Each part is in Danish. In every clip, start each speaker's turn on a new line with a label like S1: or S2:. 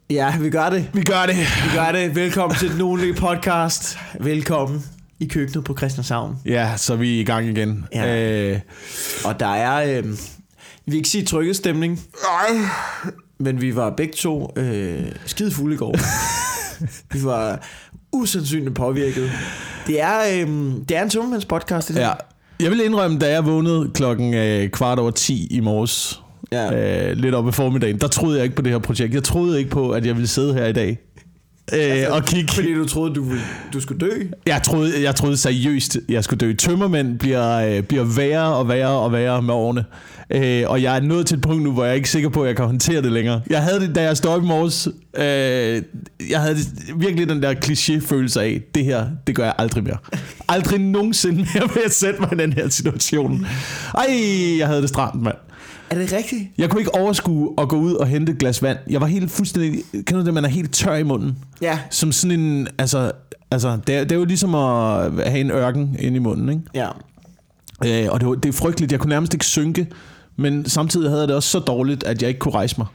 S1: Ja, vi gør det.
S2: Vi gør det.
S1: Velkommen til den ugenlige podcast. Velkommen i køkkenet på Christianshavn.
S2: Ja, så er vi i gang igen.
S1: Ja. Og der er, vi vil ikke sige trykket stemning.
S2: Nej.
S1: Men vi var begge to skide fulde i går. Vi var usandsynligt påvirket. Det er en tømmermands podcast i dag.
S2: Ja. Jeg vil indrømme, da jeg vågnede klokken 10:15 i morges, lidt op i formiddagen, der troede jeg ikke på det her projekt. Jeg troede ikke på, at jeg ville sidde her i dag og kigge. Fordi
S1: du troede, du skulle dø?
S2: Jeg troede seriøst, jeg skulle dø. Tømmermænd bliver værre og værre og værre med årene. Og jeg er nået til et punkt nu, hvor jeg er ikke sikker på, at jeg kan håndtere det længere. Jeg havde det, da jeg stod op i morges. Jeg havde virkelig den der kliché-følelse af, det her, det gør jeg aldrig mere. Aldrig nogensinde mere vil jeg sætte mig i den her situation. Ej, jeg havde det stramt, mand.
S1: Er det rigtigt?
S2: Jeg kunne ikke overskue at gå ud og hente et glas vand. Jeg var helt fuldstændig... Kan du det, man er helt tør i munden?
S1: Ja.
S2: Som sådan en... Altså det er jo ligesom at have en ørken inde i munden, ikke?
S1: Ja.
S2: Og det er frygteligt. Jeg kunne nærmest ikke synke. Men samtidig havde jeg det også så dårligt, at jeg ikke kunne rejse mig.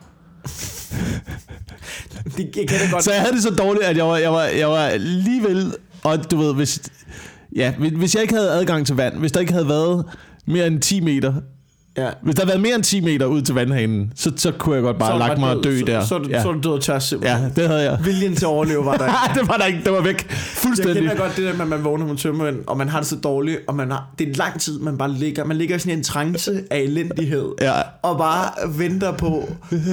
S1: Det kan det godt.
S2: Så jeg havde det så dårligt, at jeg var alligevel... Og du ved, hvis jeg ikke havde adgang til vand, hvis der ikke havde været mere end 10 meter... Ja. Hvis der havde været mere end 10 meter ud til vandhanen, så kunne jeg godt bare lagt mig og dø der.
S1: Så er du død og tør simpelthen.
S2: Ja, det havde jeg.
S1: Viljen til at overleve var der ikke.
S2: Det var der ikke, det var væk. Fuldstændig.
S1: Jeg kender godt det der med, at man vågner med tømmermænd, og man har det så dårligt, og det er lang tid, man bare ligger. Man ligger i sådan en trance af elendighed, og bare venter på...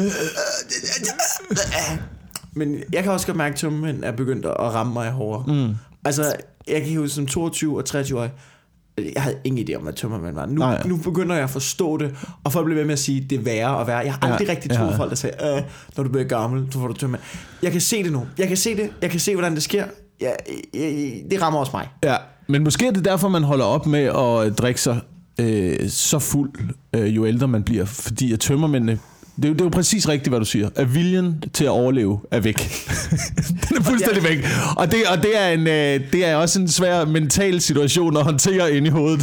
S1: Men jeg kan også godt mærke, at tømmermænd er begyndt at ramme mig hårdere. Altså, jeg kan huske som 22 og 23-årig, jeg havde ingen idé om, hvad tømmermænd var. Nu begynder jeg at forstå det, og folk bliver ved med at sige, det er værre og værre. Jeg har aldrig rigtig troet folk, der sagde, når du bliver gammel, så får du tømmermænd. Jeg kan se det nu. Jeg kan se, hvordan det sker. Det rammer også mig.
S2: Ja, men måske er det derfor, man holder op med at drikke sig så fuld, jo ældre man bliver. Fordi at tømmermændene, det er jo præcis rigtigt, hvad du siger. At viljen til at overleve er væk. Den er fuldstændig væk. Og det er også en svær mental situation at håndtere inde i hovedet.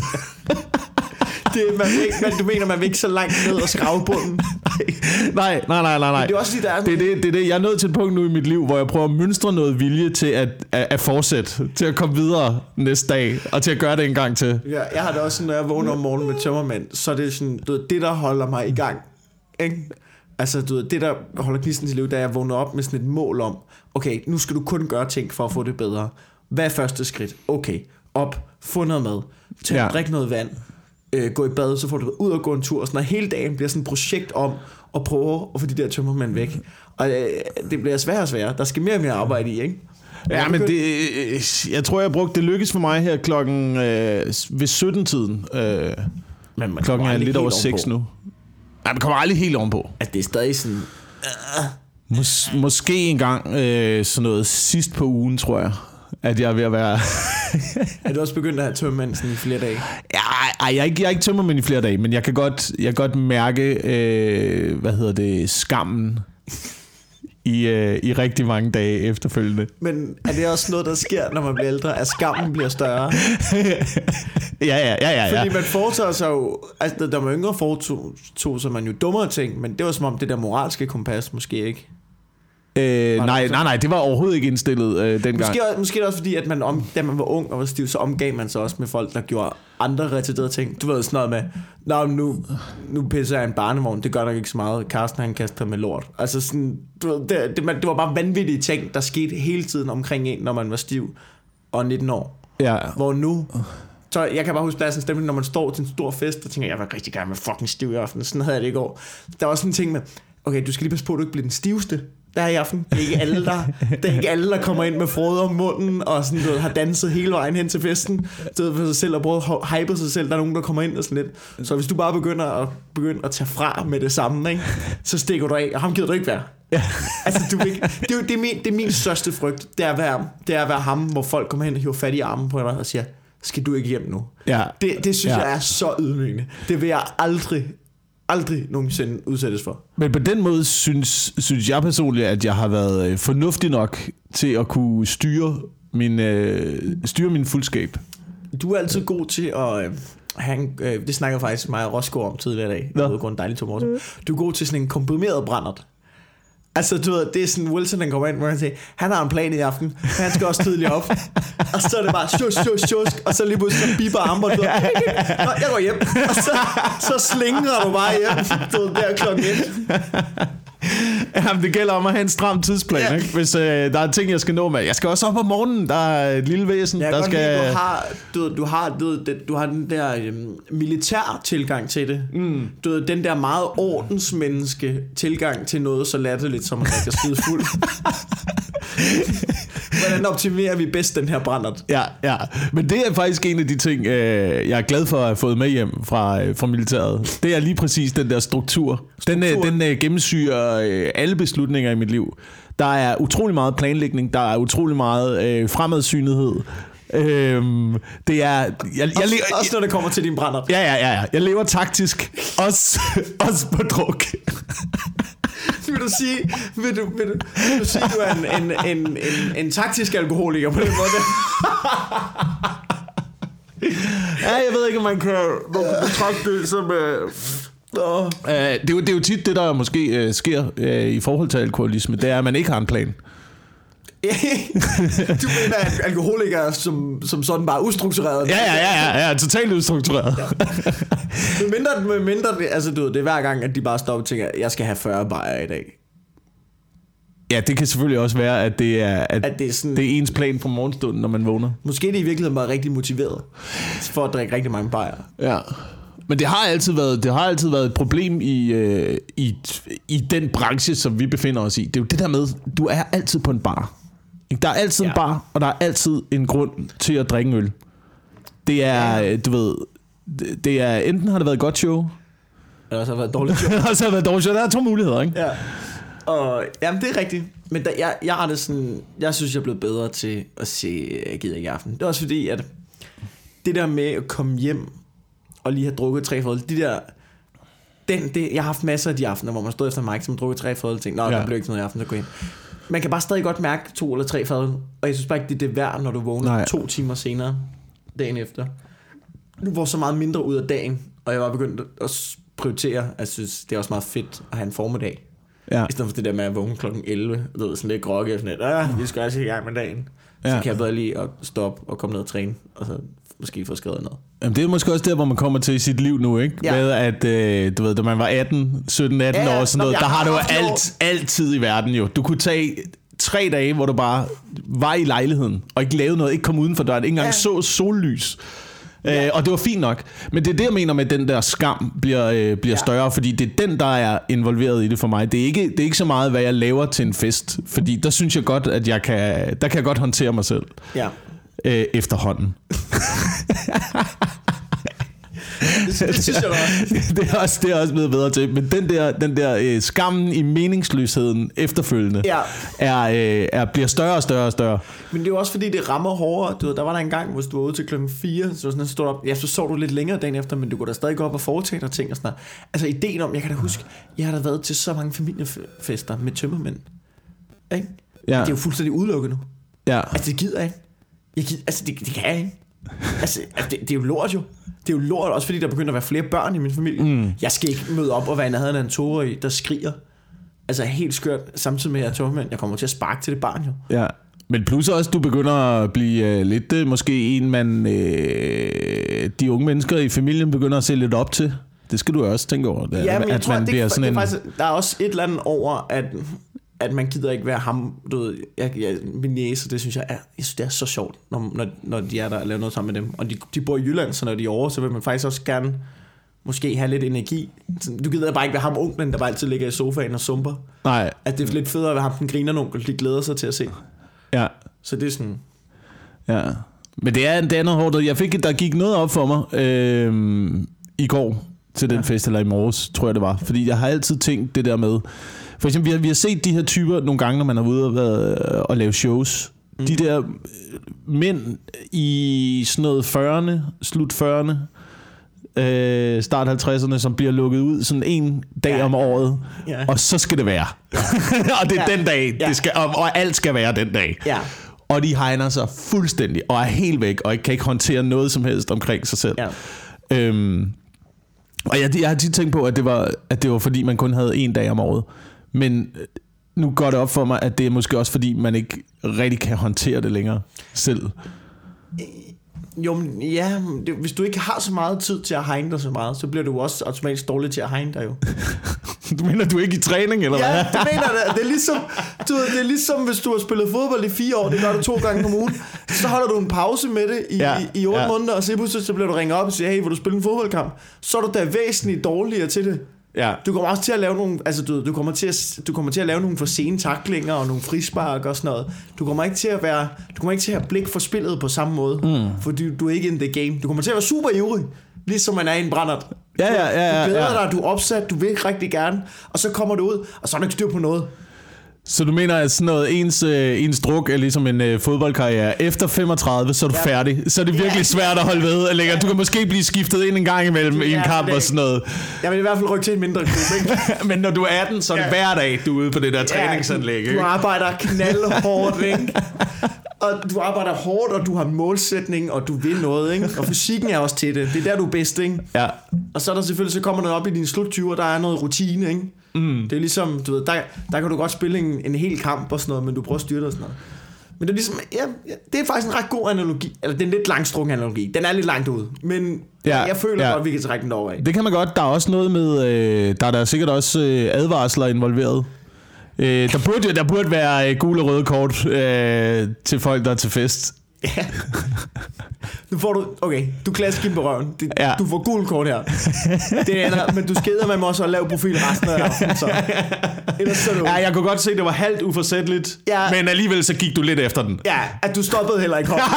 S1: Du mener, man vil ikke så langt ned og skrave bunden?
S2: Nej.
S1: Men det er også
S2: det. Jeg er nået til et punkt nu i mit liv, hvor jeg prøver at mønstre noget vilje til at fortsætte, til at komme videre næste dag, og til at gøre det en gang til.
S1: Ja, jeg har det også sådan, når jeg vågner om morgenen med tømmermænd, så er det sådan, det der holder mig i gang, ikke? Altså, det der holder gnisten til liv, da jeg vågner op med sådan et mål om, okay, nu skal du kun gøre ting for at få det bedre. Hvad er første skridt? Okay, op, få noget mad, drikke noget vand, gå i bad, så får du ud og gå en tur. Sådan, og hele dagen bliver sådan et projekt om at prøve at få de der tømmermænd væk. Og det bliver sværere og sværere. Der skal mere og mere arbejde i, ikke?
S2: Ja, men jeg tror, jeg brugte det lykkes for mig her klokken ved 17-tiden. Klokken er lidt over 6 nu. Nej, man kommer aldrig helt ovenpå.
S1: At det er stadig sådan...
S2: Måske en gang sådan noget sidst på ugen, tror jeg, at jeg er ved at være...
S1: Er du også begyndt at have tømmermænd sådan i flere dage?
S2: Jeg er ikke tømmermænd i flere dage, men jeg kan godt mærke, skammen i rigtig mange dage efterfølgende. Men
S1: er det også noget, der sker, når man bliver ældre, at skammen bliver større?
S2: Ja.
S1: Fordi man foretager sig jo... Altså, da man yngre foretog sig man jo dummere ting, men det var som om det der moralske kompas måske ikke...
S2: Nej, det var overhovedet ikke indstillet dengang.
S1: Måske er det også fordi, at da man var ung og var stiv, så omgav man sig også med folk, der gjorde andre retarderede ting. Du ved sådan noget med, nu pisser jeg en barnevogn, det gør nok ikke så meget. Karsten, han kaster med lort. Altså sådan, du ved, det var bare vanvittige ting, der skete hele tiden omkring en, når man var stiv og 19 år.
S2: Ja.
S1: Hvor nu... Så jeg kan bare huske pladsen stemning, når man står til en stor fest, og tænker, jeg var rigtig gerne med fucking stiv i aften. Sådan havde jeg det i går. Der var sådan en ting med, okay, du skal lige passe på, at du ikke bliver den stiveste der i aften. Det er ikke alle, der kommer ind med frode om munden, og sådan, har danset hele vejen hen til festen, for sig selv og prøvet at hype sig selv. Der er nogen, der kommer ind og sådan lidt. Så hvis du bare begynder at tage fra med det samme, ikke, så stikker du af, og ham gider du ikke være. Altså, det er min største frygt, det er at være ham, hvor folk kommer hen og hiver fat i armen på dig og siger, skal du ikke hjem nu?
S2: Ja.
S1: Det synes jeg er så ydmygende. Det vil jeg aldrig nogensinde udsættes for.
S2: Men på den måde synes jeg personligt, at jeg har været fornuftig nok til at kunne styre min fuldskab.
S1: Du er altid god til at det snakker faktisk mig og Rosgaard om tidligere i dag. Det var en dejlig 2 måneder. Du er god til sådan en komprimeret brændert. Altså, du ved, det er sådan, Wilson, han kommer ind, hvor han siger, han har en plan i aften, men han skal også tidligt op. Og så er det bare, sjusk, og så lige pludselig så biber Amber, du ved, nå, jeg går hjem. Og så slingrer du bare hjem, du ved, der klokken 1.
S2: Jamen, det gælder om at have en stram tidsplan, ikke? Hvis der er ting, jeg skal nå med. Jeg skal også op om morgenen, der er et lille væsen, der skal...
S1: Lide, du har den der militær tilgang til det. Du ved, den der meget ordensmenneske tilgang til noget så latterligt, som at jeg skal skide fuld. Hvordan optimerer vi bedst den her brændert?
S2: Ja, men det er faktisk en af de ting, jeg er glad for at have fået med hjem fra militæret. Det er lige præcis den der struktur. Den gennemsyrer alle beslutninger i mit liv. Der er utrolig meget planlægning, der er utrolig meget fremadsynethed. Det er...
S1: Også når det kommer til din brændert.
S2: Ja. Jeg lever taktisk. Også på druk.
S1: Vil du sige, du er en taktisk alkoholiker på den måde?
S2: Ja, jeg ved ikke, om man kan betragte det som... Det er jo tit det, der måske sker i forhold til alkoholisme. Det er, at man ikke har en plan.
S1: Du mener, at alkoholikere som sådan bare er ustruktureret?
S2: Ja, totalt ustruktureret.
S1: Med mindre det, altså du ved, det er hver gang, at de bare stopper og tænker, jeg skal have 40 bajer i dag.
S2: Ja, det kan selvfølgelig også være, at det er,
S1: det er sådan,
S2: det er ens plan på morgenstunden, når man vågner.
S1: Måske det i virkeligheden bare rigtig motiveret for at drikke rigtig mange bajer.
S2: Ja. Men det har altid været et problem i den branche, som vi befinder os i. Det er jo det der med, du er altid på en bar. Der er altid en bar, og der er altid en grund til at drikke øl. Det er, du ved, det er enten har det været et godt show,
S1: eller også har det været et dårligt show.
S2: Eller også har det været et dårligt show. Der er 2 muligheder, ikke?
S1: Ja. Og jamen, det er rigtigt. Men jeg har det sådan, jeg synes, jeg er blevet bedre til at se Gider i aften. Det er også fordi, at det der med at komme hjem og lige have drukket 3 fadøl, jeg har haft masser af de aftener, hvor man stod efter Mike, som drukket 3 fadøl, og tænkte, der blev ikke noget i aften, så gå hjem. Man kan bare stadig godt mærke 2 eller 3 fadøl, og jeg synes bare ikke, det er værd, når du vågner 2 timer senere, dagen efter. Du får så meget mindre ud af dagen, og jeg var begyndt at prioritere, jeg synes, det er også meget fedt at have en formiddag. Ja. I stedet for det der med at vågne klokken 11, du ved, sådan lidt groggy og sådan lidt, vi skal også i gang med dagen. Så kan jeg bedre lige at stoppe og komme ned og træne, og så måske få skrevet noget. Jamen, det er måske også der, hvor man kommer til i sit liv nu, ikke? Ja. Med at, du ved, da man var 17-18 år, sådan noget, der har du altid i verden jo. Du kunne tage 3 dage, hvor du bare var i lejligheden, og ikke lavede noget, ikke kom uden for døren, ikke engang så sollys. Og det var fint nok. Men det er det, jeg mener med, den der skam bliver større, fordi det er den, der er involveret i det for mig. Det er ikke så meget, hvad jeg laver til en fest, fordi der synes jeg godt, at der kan jeg godt håndtere mig selv. Ja. Efterhånden. Det synes jeg også. Det er også blevet bedre til. Men den der skammen i meningsløsheden efterfølgende bliver større og større og større. Men det er jo også fordi det rammer hårdere. Du ved, der var der en gang, hvor du var ude til klokken 4, så sådan stod op. Ja, så sov du lidt længere dagen efter, men du kunne da stadig gå op og foretage dig ting og sådan noget. Altså ideen om, jeg kan da huske, jeg har da været til så mange familiefester med tømmermænd. Ikke? Ja. Det er jo fuldstændig udelukket nu. Ja. Altså det gider jeg ikke. Det kan jeg ikke. Altså det er jo lort jo. Det er jo lort, også fordi der begynder at være flere børn i min familie. Jeg skal ikke møde op og være i nærheden af en toårig, der skriger. Altså helt skørt, samtidig med at jeg er tømmermænd. Jeg kommer til at sparke til det barn jo. Ja. Men plus også, du begynder at blive lidt, måske en man, de unge mennesker i familien begynder at se lidt op til. Det skal du også tænke over. Ja, men jeg tror, man bliver sådan faktisk, der er også et eller andet over, at man gider ikke være ham, du ved, min næse, det synes jeg synes det er så sjovt, når de er der og laver noget sammen med dem. Og de bor i Jylland, så når de er over, så vil man faktisk også gerne måske have lidt energi. Du gider bare ikke være ham onklen, der bare altid ligger i sofaen og sumper. Nej. At det er lidt federe at være ham den griner onkel, de glæder sig til at se. Ja. Så det er sådan... Ja. Men det er noget hårdt. Der gik noget op for mig i går til den fest, eller i morges, tror jeg det var. Fordi jeg har altid tænkt det der med... For eksempel, vi har set de her typer nogle gange, når man er ude og lave shows. De der mænd i sådan noget 40'erne, slut 40'erne, start 50'erne, som bliver lukket ud sådan en dag om året, og så skal det være. Og det er den dag, det skal, og alt skal være den dag. Ja. Og de hegner sig fuldstændig, og er helt væk, og kan ikke håndtere noget som helst omkring sig selv. Ja. Og jeg har tit tænkt på, at det var fordi, man kun havde 1 dag om året. Men
S2: nu går det op for mig, at det er måske også fordi, man ikke rigtig kan håndtere det længere selv.
S1: Jo, ja, hvis du ikke har så meget tid til at hegne dig så meget, så bliver du også automatisk dårlig til at hegne dig jo.
S2: Du mener, du er ikke i træning, eller hvad?
S1: Ja, det mener jeg. Det er ligesom, det er ligesom, hvis du har spillet fodbold i 4 år, det gør du 2 gange om ugen, så holder du en pause med det i 8 måneder, og så pludselig så bliver du ringet op og siger, hey, vil du spille en fodboldkamp? Så er du da væsentligt dårligere til det.
S2: Ja.
S1: Du kommer også til at lave nogle, altså du kommer til at lave nogle for sene tacklinger og nogle frispark og sådan noget. Du kommer ikke til at have blik for spillet på samme måde, fordi du er ikke in the game. Du kommer til at være super ivrig, ligesom man er i en brændert.
S2: Ja.
S1: Du glæder dig, du er opsat, du vil rigtig gerne, og så kommer du ud, og så er du ikke styr på noget.
S2: Så du mener, at sådan noget, ens druk er ligesom en fodboldkarriere. Efter 35, så er du færdig. Så er det virkelig svært at holde ved længere. Du kan måske blive skiftet ind en gang imellem i en kamp og sådan noget.
S1: Jeg vil i hvert fald rykke til en mindre klub, ikke?
S2: Men når du er 18, så er det hver dag, du er ude på det der træningsanlæg.
S1: Du arbejder knaldhårdt, ikke? Og du arbejder hårdt, og du har målsætning, og du vil noget, ikke? Og fysikken er også til det. Det er der, du er bedst, ikke?
S2: Ja.
S1: Og så er der selvfølgelig, så kommer noget op i dine slut-20'er, der er noget rutine, ikke? Det er ligesom, du ved, der kan du godt spille en hel kamp og sådan noget, men du prøver at styre dig og sådan noget. Men det er ligesom, det er faktisk en ret god analogi. Eller det er en lidt langstrukken analogi. Den er lidt langt ude, men jeg føler godt, at vi kan trække den over af.
S2: Det kan man godt. Der er også noget med, der er sikkert også advarsler involveret. Der burde være gule og røde kort til folk, der er til fest.
S1: Ja. Nu får du, okay, du klasker ind på røven. Du får gul kort her. Det er, men du skeder med mig også at lave profil resten af aftenen, så. Ellers så du.
S2: Ja, jeg kunne godt se, at det var halvt uforsætteligt, men alligevel så gik du lidt efter den.
S1: Ja, at du stoppede heller ikke hånden.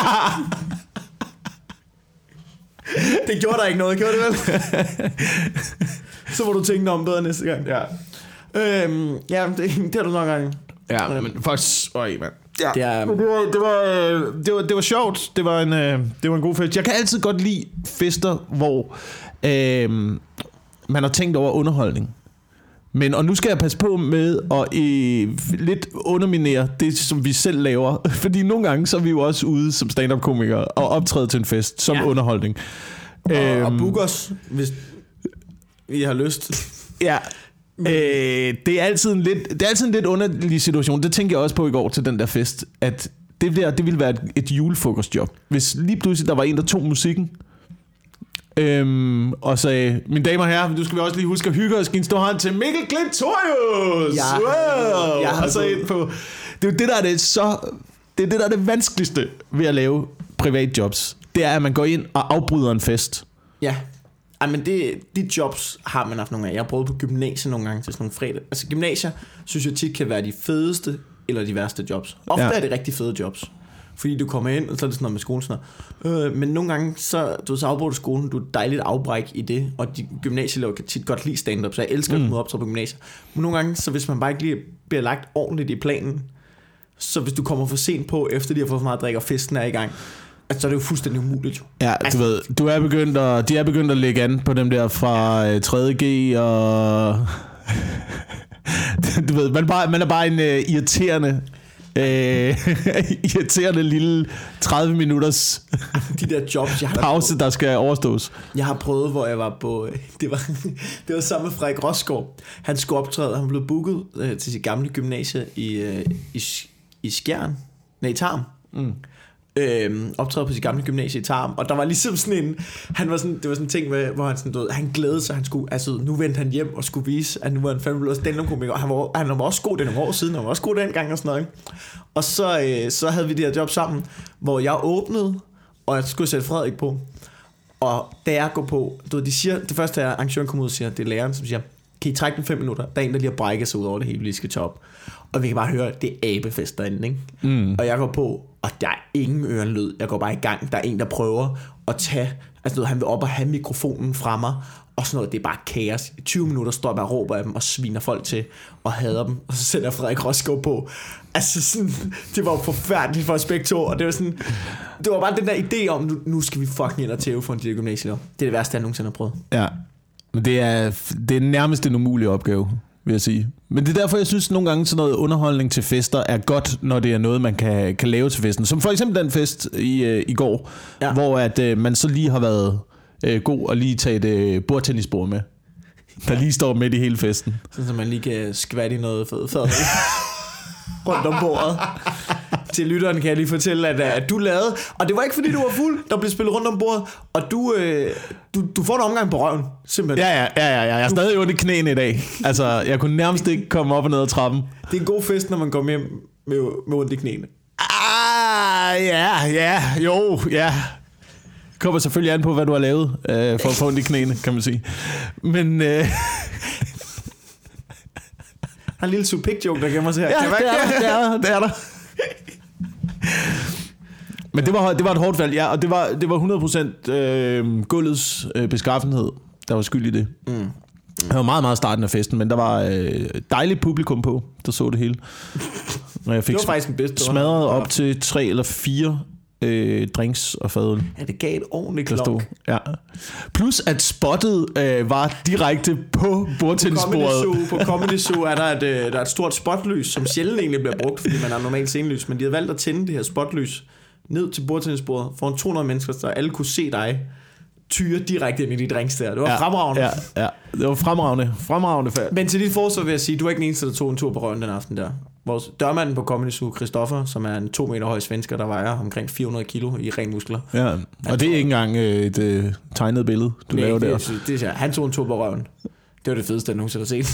S1: Det gjorde der ikke noget, gjorde det vel? Så må du tænke om bedre næste gang.
S2: Ja.
S1: Det har du nok gange.
S2: Ja, men faktisk, mand.
S1: Ja.
S2: Det var sjovt. Det var en god fest. Jeg kan altid godt lide fester, hvor man har tænkt over underholdning. Og nu skal jeg passe på med at lidt underminere det, som vi selv laver. Fordi nogle gange, så er vi jo også ude som stand-up-komikere og optræde til en fest som underholdning.
S1: Og book os, hvis vi har lyst.
S2: Ja. Det er altid en lidt underlig situation. Det tænker jeg også på i går til den der fest, at det ville være et julefrokostjob. Hvis lige pludselig der var en, der tog musikken og sagde, mine damer og herrer, du skal vi også lige huske at hygge os, give en stor hånd til Mikkel Klintorius. Og så ind på. Det er jo det, der er det vanskeligste ved at lave privatjobs. Det er, at man går ind og afbryder en fest.
S1: Ja. Men de jobs har man haft nogle af. Jeg har prøvet på gymnasiet nogle gange til sådan nogle fredag. Altså gymnasier, synes jeg tit kan være de fedeste eller de værste jobs. Ofte er det rigtig fede jobs. Fordi du kommer ind, og så er det sådan noget med skolen sådan noget. Men nogle gange, så afbryder du skolen, du er dejligt afbræk i det. Og de gymnasieelever kan tit godt lide stand-up, så jeg elsker at møde op på gymnasiet. Men nogle gange, så hvis man bare ikke lige bliver lagt ordentligt i planen, så hvis du kommer for sent på, efter de har fået for meget drik, og festen er i gang, altså, så er det jo fuldstændig umuligt jo. Ja,
S2: du ved, de er begyndt at lægge an på dem der fra 3.G og du ved, man er bare en irriterende lille 30 minutters
S1: de der jobs,
S2: pause, der skal overstås. Jeg
S1: har prøvet, hvor jeg var på det var sammen med Frederik Rosgaard. Han skulle optræde, han blev booket til sit gamle gymnasie i Skjern. Nej, i Tarm. Optræde på sit gamle gymnasie i Tarm, og der var ligesom sådan en, det var sådan en ting med, hvor han sådan døde, han glædede sig, han skulle, altså nu vendte han hjem og skulle vise, at nu var han fandme stand-up-komiker, og han var også god, det nogle år siden, han var også god dengang og sådan noget, ikke? Og så havde vi det her job sammen, hvor jeg åbnede, og jeg skulle sætte Frederik på, og da jeg går på, de siger, det første er, arrangøren kommer ud og siger, det er læreren, som siger, kan I trække den 5 minutter, der er en, der lige har brækket sig ud over det hele, vi skal tage op. Og vi kan bare høre, det er abefest derinde, ikke? Og jeg går på, og der er ingen ørenlyd. Jeg går bare i gang. Der er en, der prøver at tage, altså han vil op og have mikrofonen fra mig, og sådan noget, det er bare kaos. I 20 minutter står jeg bare og råber af dem, og sviner folk til, og hader dem, og så sætter Frederik Rosgaard på. Altså sådan, det var jo forfærdeligt for os begge to, og det var sådan, det var bare den der idé om, nu skal vi fucking ind og tæve for en de gymnasier. Det er det værste, jeg nogensinde har prøvet.
S2: Ja, men det er nærmest en umulig opgave, vil jeg sige. Men det er derfor, jeg synes nogle gange sådan noget underholdning til fester er godt, når det er noget, man kan lave til festen. Som for eksempel den fest i går, hvor at man så lige har været god og lige taget et bordtennisbord med. der lige står midt i hele festen.
S1: Sådan, så man lige kan skvatte i noget fadøl rundt om bordet. Til lytteren kan jeg lige fortælle, at du lavede, og det var ikke fordi du var fuld, der blev spillet rundt om bordet, og du får en omgang på røven, simpelthen.
S2: Ja, jeg er stadig ondt i knæene i dag. Altså, jeg kunne nærmest ikke komme op og ned ad trappen.
S1: Det er en god fest, når man kommer hjem med ondt i knæene.
S2: Ja. Kommer selvfølgelig an på, hvad du har lavet for at få ondt i knæene, kan man sige. Men...
S1: Der er en lille supik-joke, der gemmer sig her.
S2: Det er der. Men det var et hårdt fald, ja, og det var 100% gulvets beskaffenhed, der var skyld i det. Det var meget, meget starten af festen, men der var dejligt publikum på, der så det hele. Og jeg fik
S1: det var faktisk den bedste.
S2: Smadret op til 3 eller 4 drinks og fadøl.
S1: Ja, det gav et ordentligt klok.
S2: Ja. Plus at spottet var direkte på bordtennisbordet.
S1: På Comedy Zoo er der er et stort spotlys, som sjældent egentlig bliver brugt, fordi man har normalt scenelys, men de havde valgt at tænde det her spotlys ned til bordtennisbordet foran 200 mennesker, så alle kunne se dig tyre direkte ind i de drinks der. Det var fremragende.
S2: Ja, det var fremragende fald.
S1: Men til dit forsvar vil jeg sige, du var ikke den eneste, der tog en tur på røven den aften der. Vores dørmanden på Comedy Zoo, Christoffer, som er en 2 meter høj svensker, der vejer omkring 400 kilo i ren muskler.
S2: Ja, og det er ikke engang et tegnet billede, du laver der.
S1: Han tog en tur på røven. Det var det fedeste, jeg nogensinde har set.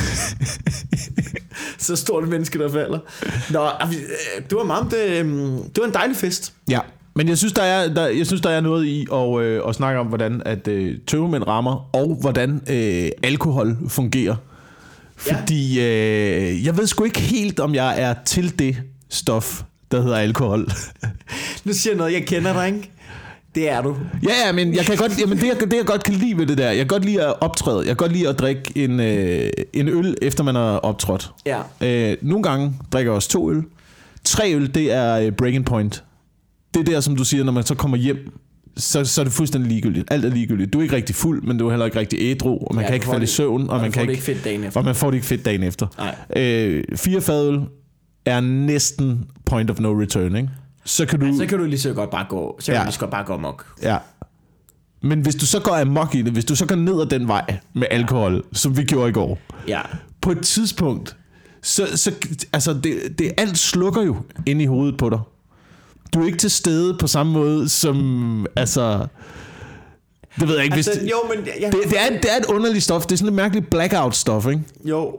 S1: Så stort et menneske, der falder. Nå, det var en dejlig fest.
S2: Ja, men jeg synes, der er noget i at snakke om, hvordan at tømmermænd rammer, og hvordan alkohol fungerer. Fordi jeg ved sgu ikke helt, om jeg er til det stof, der hedder alkohol.
S1: Nu siger jeg noget, jeg kender dig, ikke? Det er du.
S2: Ja, men jeg kan godt, jamen det jeg godt kan lide ved det der, jeg kan godt lide at optræde, jeg kan godt lide at drikke en øl, efter man har optrådt.
S1: Ja.
S2: Nogle gange drikker jeg også 2 øl. 3 øl, det er breaking point. Det er der, som du siger, når man så kommer hjem, så er det fuldstændig ligegyldigt. Alt er ligegyldigt. Du er ikke rigtig fuld, men du er heller ikke rigtig ædru, og man kan ikke falde i søvn, og man får det ikke fedt dagen efter. Og man får det ikke fedt dagen efter. 4 fadøl er næsten point of no return, ikke? Så kan du
S1: lige så godt bare gå. Så kan du lige så godt bare gå amok.
S2: Ja. Men hvis du så går amok i det, hvis du så går ned ad den vej med alkohol, som vi gjorde i går.
S1: Ja.
S2: På et tidspunkt så altså det alt slukker jo ind i hovedet på dig. Du er ikke til stede på samme måde som altså det ved jeg ikke hvis
S1: det
S2: er et underligt stof. Det er sådan et mærkeligt blackout stof, ikke?
S1: Jo.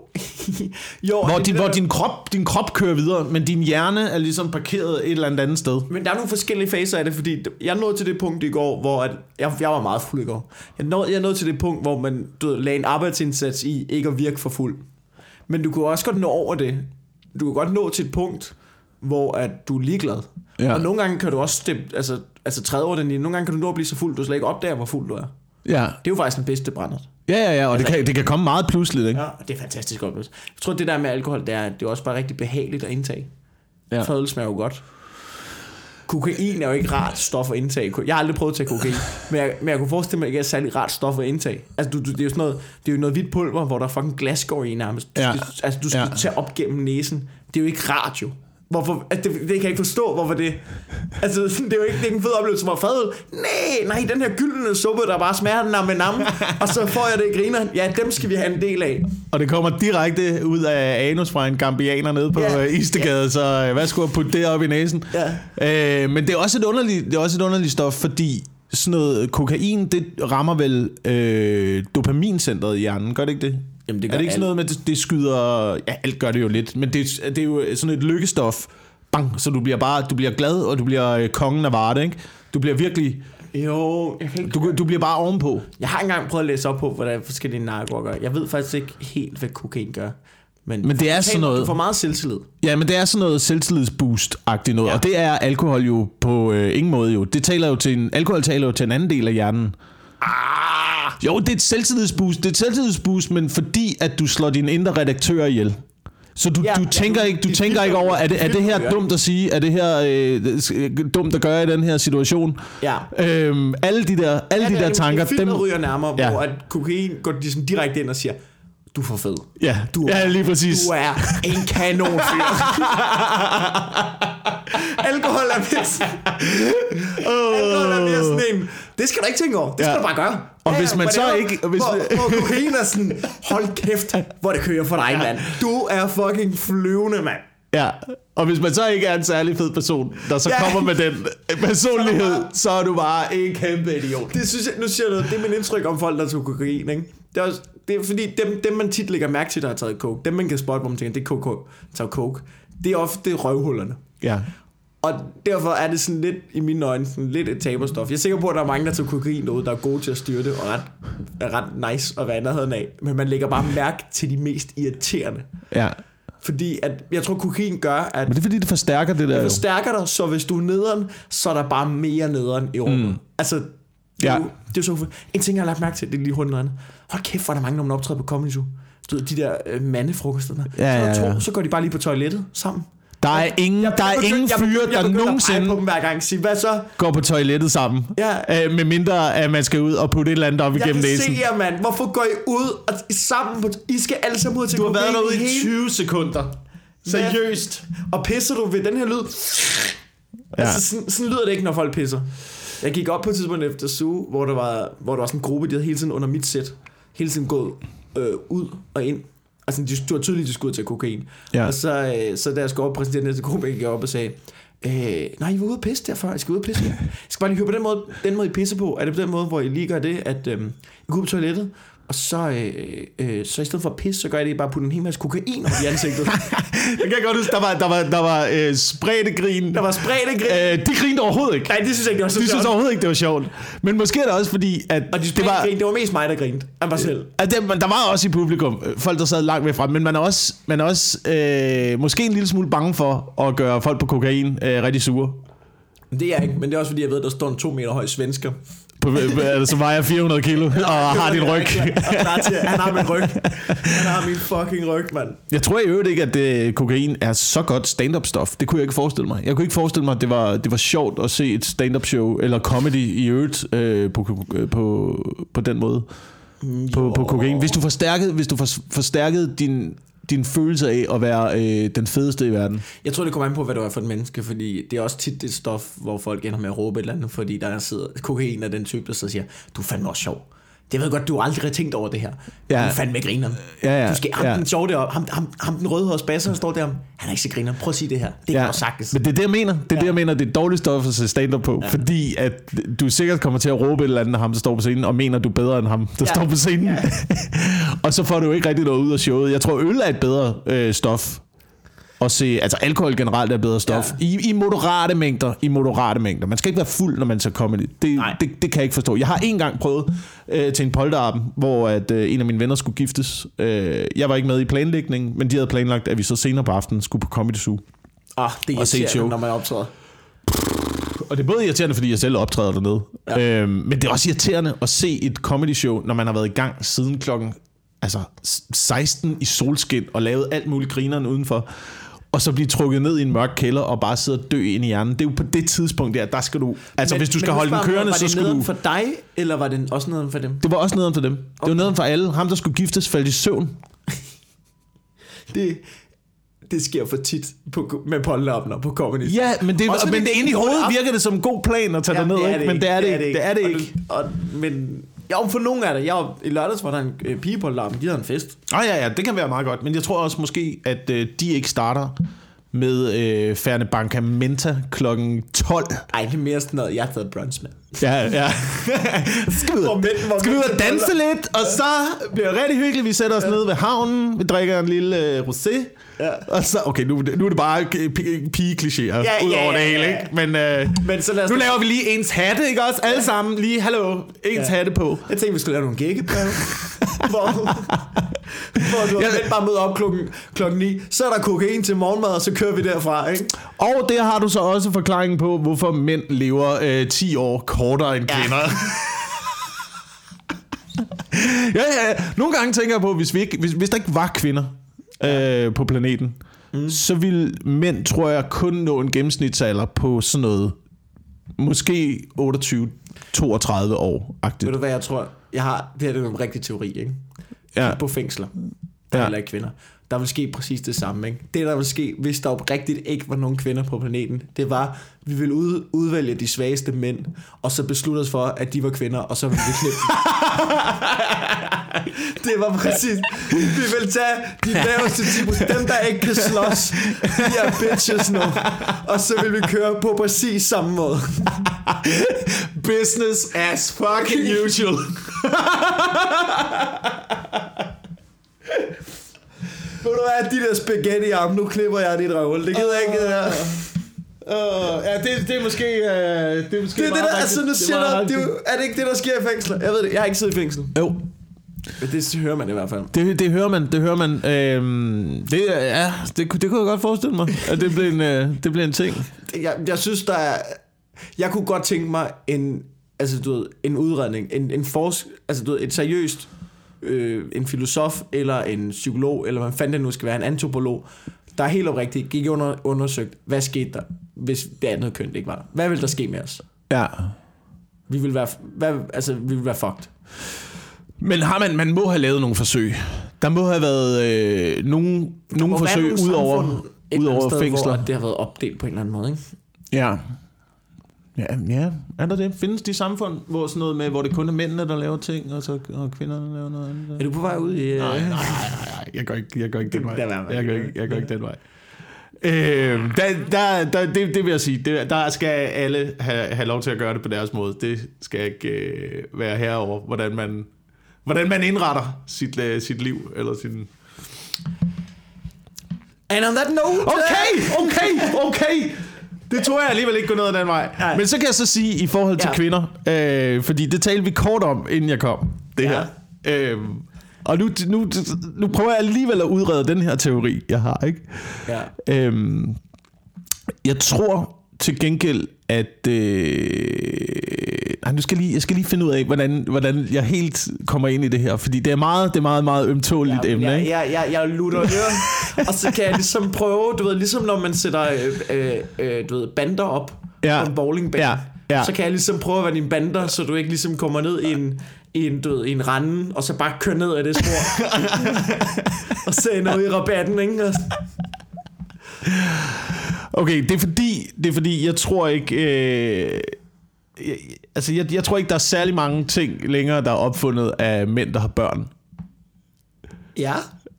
S2: Hvor din krop kører videre, men din hjerne er ligesom parkeret et eller andet sted.
S1: Men der er nogle forskellige faser af det, fordi jeg nåede til det punkt i går, hvor jeg var meget fuld i går. Jeg nåede til det punkt, hvor man lagde en arbejdsindsats i ikke at virke for fuld. Men du kunne også godt nå over det. Du kunne godt nå til et punkt, hvor at du er ligeglad. Ja. Og nogle gange kan du også altså træde over den lige. Nogle gange kan du nå at blive så fuld, du slet ikke opdager, hvor fuld du er. Ja. Det er jo faktisk den bedste brændert.
S2: Ja, og altså, det kan komme meget pludseligt, ikke?
S1: Ja, det er fantastisk oplevelse. Jeg tror, det der med alkohol, det er også bare rigtig behageligt at indtage. Ja. Fadøl smager jo godt. Kokain er jo ikke rart stof at indtage. Jeg har aldrig prøvet at tage kokain, men jeg kunne forestille mig, at det ikke er særlig rart stof at indtage. Altså, det er jo sådan noget, det er jo noget hvidt pulver, hvor der fucking glas går i nærmest. Du skal tage op gennem næsen. Det er jo ikke rart, jo. Hvorfor? Altså, det kan jeg ikke forstå, hvorfor det. Altså, det er jo ikke en fed oplevelse som at fadøl. Nej, den her gyldne suppe, der bare smager namme, og så får jeg det i griner. Ja, dem skal vi have en del af. Og
S2: det kommer direkte ud af anus fra en gambianer nede på Istegade, så hvad skulle jeg putte det op i næsen? Ja. Men det er også et underligt stof, fordi sådan noget kokain, det rammer vel dopamincentret i hjernen, gør det ikke det? Jamen, det er det ikke sådan noget med, det skyder... Ja, alt gør det jo lidt, men det er jo sådan et lykkestof. Bang, så du bliver glad, og du bliver kongen af varte, ikke? Du bliver virkelig...
S1: Jo, jeg kan ikke...
S2: Du bliver bare ovenpå.
S1: Jeg har engang prøvet at læse op på, hvad der er forskellige narkoer gør. Jeg ved faktisk ikke helt, hvad kokain gør.
S2: Men det er sådan noget...
S1: Du får meget selvtillid.
S2: Ja, men det er sådan noget selvtillidsboost-agtigt noget, og det er alkohol jo på ingen måde jo. Alkohol taler jo til en anden del af hjernen. Jo, det er et selvtillidsboost, men fordi at du slår dine indre redaktører ihjel. Så du tænker ikke over, er det her dumt at sige, er det her dumt at gøre i den her situation? Ja. Alle de der tanker,
S1: dem ryger nærmere, hvor at kokain går ligesom direkte ind og siger, du er for fed.
S2: Ja, lige præcis.
S1: Du er en kanonfyr. Alkohol er pis. Alkohol er mere sådan en, det skal du ikke tænke over. Det skal du bare gøre.
S2: Og hvis man så ikke...
S1: Hvor kokain er sådan, hold kæft, hvor det kører for dig, mand. Du er fucking flyvende, mand.
S2: Ja, og hvis man så ikke er en særlig fed person, der så kommer med den personlighed, så er du bare en kæmpe idiot.
S1: Det synes jeg, nu siger du, det er min indtryk om folk, der tog kokain, ikke? Det er fordi, dem man tit lægger mærke til, der har taget coke, dem man kan spotte, hvor man tænker, det er coke, tager coke, det er ofte røvhullerne.
S2: Ja.
S1: Og derfor er det sådan lidt, i mine øjne, sådan lidt et taberstof. Jeg er sikker på, at der er mange, der tager kokain derude, der er gode til at styre det, og er ret nice at være i nærheden af. Men man lægger bare mærke til de mest irriterende.
S2: Ja.
S1: Fordi at, jeg tror, kokain gør, at...
S2: Men det er fordi, det forstærker det der.
S1: Det forstærker dig, så hvis du er nederen, så er der bare mere nederen i rummet. Altså, det er jo så... En ting, jeg har lagt mærke til, det er lige hurtigt noget andet. Hold kæft, hvor er der mange, når man optræder på Comedy Zoo. Du ved, de der mandefrokoster. Så går de bare lige på toilettet sammen. Der er ingen
S2: fyre, der nogensinde
S1: på dem hver gang. Sige, hvad så?
S2: Går på toilettet sammen. Ja. Med mindre, at man skal ud og putte et eller andet op igennem næsen.
S1: Jeg kan se jer, mand. Hvorfor går I ud og sammen? I skal alle sammen ud til kokain.
S2: Du har været derude i 20 sekunder. Seriøst.
S1: Og pisser du ved den her lyd? Ja. Altså, sådan lyder det ikke, når folk pisser. Jeg gik op på et tidspunkt efter Zoo, hvor der var sådan en gruppe, der havde hele tiden under mit sæt. Hele tiden gået ud og ind. Altså, du var tydeligt, de skulle ud til kokain. Ja. Og så da jeg skulle op og præsentere næste gruppe, jeg gik op og sagde, nej, I var ude at pisse derfør. I skal ud og pisse. Jeg skal bare lige høre på den måde, I pisser på. Er det på den måde, hvor I lige gør det, at I går ud på toilettet, og så i stedet for at pisse, så gør jeg det bare at putte en hel masse kokain op i ansigtet.
S2: Det kan jeg godt huske, der var spredte grin.
S1: Der var spredte grin.
S2: De grinede overhovedet ikke.
S1: Nej, det synes jeg ikke, det var så sjovt.
S2: De synes overhovedet ikke, det var sjovt. Men måske er det også fordi, at
S1: og de det var mest mig, der grinte. Af mig selv.
S2: Der var også i publikum folk, der sad langt væk fra. Men man er også måske en lille smule bange for at gøre folk på kokain rigtig sure.
S1: Det er jeg ikke, men det er også fordi, jeg ved, der står en 2 meter høj svensker.
S2: Som vejer 400 kilo og har din ryg.
S1: Han har min ryg. Han har min fucking ryg, mand.
S2: Jeg tror i øvrigt ikke, at kokain er så godt stand-up stof. Det kunne jeg ikke forestille mig. Jeg kunne ikke forestille mig, at det var sjovt at se et stand-up show eller comedy i øvrigt på den måde. På kokain. Hvis du forstærkede din følelse af at være den fedeste i verden.
S1: Jeg tror, det kommer an på, hvad du er for et menneske, fordi det er også tit det stof, hvor folk ender med at råbe et eller andet, fordi der sidder kokain af den type, der så siger, du er fandme også sjov. Det ved godt, du har aldrig har tænkt over det her. Du er fandme grineren. Du skal den sjove deroppe. Ham den rødhårede spasser, der står der. Han er ikke så griner. Prøv at sige det her. Det kan også sagtens.
S2: Men det er det, jeg mener. Det er det dårlige stof at se stand-up på. Ja. Fordi at du sikkert kommer til at råbe et eller andet af ham, der står på scenen, og mener, du er bedre end ham, der står på scenen. Ja. Og så får du ikke rigtig noget ud af showet. Jeg tror, øl er et bedre stof at se. Altså alkohol generelt er bedre stof. Ja. I moderate mængder. Man skal ikke være fuld, når man så comedy. Det kan jeg ikke forstå. Jeg har engang prøvet til en polterappen, hvor at, en af mine venner skulle giftes. Jeg var ikke med i planlægningen, men de havde planlagt, at vi så senere på aftenen skulle på Comedy Zoo.
S1: Det er irriterende, når man optræder.
S2: Og det er både irriterende, fordi jeg selv optræder dernede. Ja. Men det er også irriterende at se et comedy show, når man har været i gang siden klokken 16 i solskin og lavet alt muligt grineren udenfor. Og så blive trukket ned i en mørk kælder og bare sidde og dø ind i hjernen. Det er jo på det tidspunkt der skal du... Altså hvis du skal holde den kørende, så skal du...
S1: Var det for dig, eller var det også nederen for dem?
S2: Det var også nederen for dem. Okay. Det var nederen for alle. Ham, der skulle giftes, faldt i søvn.
S1: Det sker for tit med polterappen på Comedy.
S2: Ja, men inde i hovedet virker det som en god plan at tage dig ned, ikke? Men det er det ikke.
S1: Men... Ja, for nogen er det. I lørdags var der en pige på larmen. De havde en fest.
S2: Ja, det kan være meget godt. Men jeg tror også måske, at de ikke starter med Færne Banca Menta klokken 12.
S1: Ej, det er mere sådan noget, jeg har taget brunch med.
S2: Ja. Skal vi ud og danse lidt, og så bliver det rigtig hyggeligt. Vi sætter os ned ved havnen, vi drikker en lille rosé. Ja. Og så, okay, nu er det bare pige-klichéer ud over det hele, ikke? Men så nu laver vi lige ens hatte, ikke også? Alle sammen lige, hallo, ens hatte på.
S1: Jeg tænkte, vi skulle lave nogle gækkebreve. hvor du bare møder op klokken 9. Så er der kokain til morgenmad, og så kører vi derfra, ikke?
S2: Og der har du så også forklaringen på, hvorfor mænd lever 10 år kortere end kvinder. Ja. Nogle gange tænker jeg på, hvis der ikke var kvinder på planeten, så ville mænd, tror jeg, kun nå en gennemsnitsalder på sådan noget, måske 28-32 år.
S1: Ved du hvad jeg tror? Det her er en rigtig teori, ikke? Ja. På fængsler, der er heller ikke kvinder. der vil ske præcis det samme, ikke? Det, der vil ske, hvis der oprigtigt ikke var nogen kvinder på planeten, det var, vi ville udvælge de svageste mænd, og så beslutte os for, at de var kvinder, og så ville vi knippe Det var præcis. Vi ville tage de laveste typer, dem der ikke kan slås, de er bitches nu, og så ville vi køre på præcis samme måde.
S2: Business as fucking usual.
S1: Ved du hvad, de der spaghetti arme, nu klipper jeg dit røvhul. Det gider jeg ikke, det der.
S2: Ja, det er måske... det er
S1: det er det der, altså nu siger er det ikke det, der sker i fængsler? Jeg ved det, jeg har ikke siddet i fængsel.
S2: Jo.
S1: Det hører man i hvert fald.
S2: Det hører man. Det kunne jeg godt forestille mig, at det blev en ting.
S1: Jeg synes, der er... Jeg kunne godt tænke mig en udredning, et seriøst, en filosof, eller en psykolog, eller hvad fanden det nu skal være, en antropolog, der helt oprigtigt gik undersøgt, hvad skete der, hvis det andet køn ikke var. Hvad ville der ske med os?
S2: Ja.
S1: Vi ville være fucked.
S2: Men man må have lavet nogle forsøg. Der må have været nogle forsøg ud over fængsler.
S1: Hvor det har været opdelt på en eller anden måde, ikke?
S2: Ja. Ja, er der det? Findes de samfund, hvor sådan noget med, hvor det kun er mændene, der laver ting, og kvinderne laver noget andet?
S1: Er du på vej ud i...
S2: Nej, jeg går ikke den vej. Jeg går ikke den vej. Det vil jeg sige. Der skal alle have lov til at gøre det på deres måde. Det skal ikke være herover, hvordan man indretter sit liv eller sin.
S1: And on that note...
S2: Okay. Det tror jeg alligevel ikke går noget af den vej. Nej. Men så kan jeg så sige i forhold til kvinder, fordi det talte vi kort om, inden jeg kom, det her. Og nu prøver jeg alligevel at udrede den her teori, jeg har, ikke?
S1: Ja.
S2: Jeg tror til gengæld, at... jeg skal lige finde ud af, hvordan jeg helt kommer ind i det her, fordi det er meget ømtåligt emne, ikke?
S1: Jeg lutter øre, og så kan jeg ligesom prøve, du ved, ligesom når man sætter bander op på en bowlingbane, så kan jeg ligesom prøve at være dine bander, så du ikke ligesom kommer ned i en rande, og så bare kører ned af det spor, og ser noget i rabatten, ikke?
S2: Okay, det er fordi jeg tror ikke... Jeg tror ikke, der er særlig mange ting længere, der er opfundet af mænd, der har børn.
S1: Ja.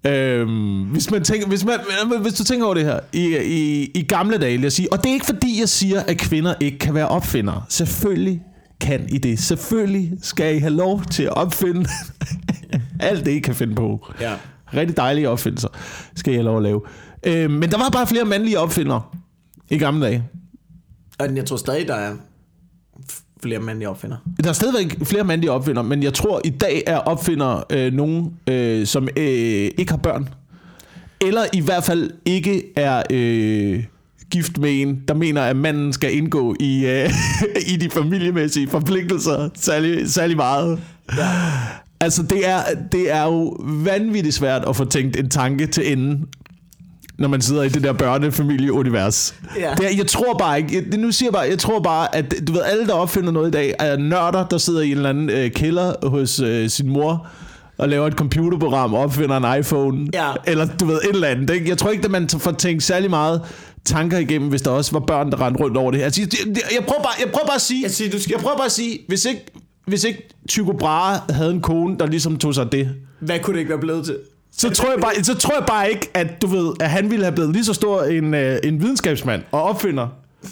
S2: Hvis du tænker over det her, i gamle dage, vil jeg sige, og det er ikke fordi, jeg siger, at kvinder ikke kan være opfindere. Selvfølgelig kan I det. Selvfølgelig skal I have lov til at opfinde alt det, I kan finde på.
S1: Ja.
S2: Rigtig dejlige opfindelser skal I have lov at lave. Men der var bare flere mandlige opfindere i gamle dage.
S1: Og jeg tror stadig, der er flere mandlige opfindere.
S2: Der er stadigvæk flere mandlige opfindere, men jeg tror, i dag er opfindere nogen, som ikke har børn. Eller i hvert fald ikke er gift med en, der mener, at manden skal indgå i de familiemæssige forpligtelser særlig meget. Ja. Altså, det er jo vanvittigt svært at få tænkt en tanke til enden, når man sidder i det der børnefamilieunivers. Ja. Jeg tror bare ikke, jeg tror bare, at du ved, alle der opfinder noget i dag er nørder, der sidder i en eller anden kælder hos sin mor og laver et computerprogram og opfinder en iPhone. Ja. Eller du ved, et eller andet. Ikke? Jeg tror ikke, at man får tænkt særlig meget tanker igennem, hvis der også var børn, der rendte rundt over det her. Altså, jeg prøver bare at sige, hvis ikke Tycho Brahe havde en kone, der ligesom tog sig det.
S1: Hvad kunne det ikke være blevet til?
S2: Så tror jeg bare ikke, at du ved, at han ville have blevet lige så stor en videnskabsmand og opfinder.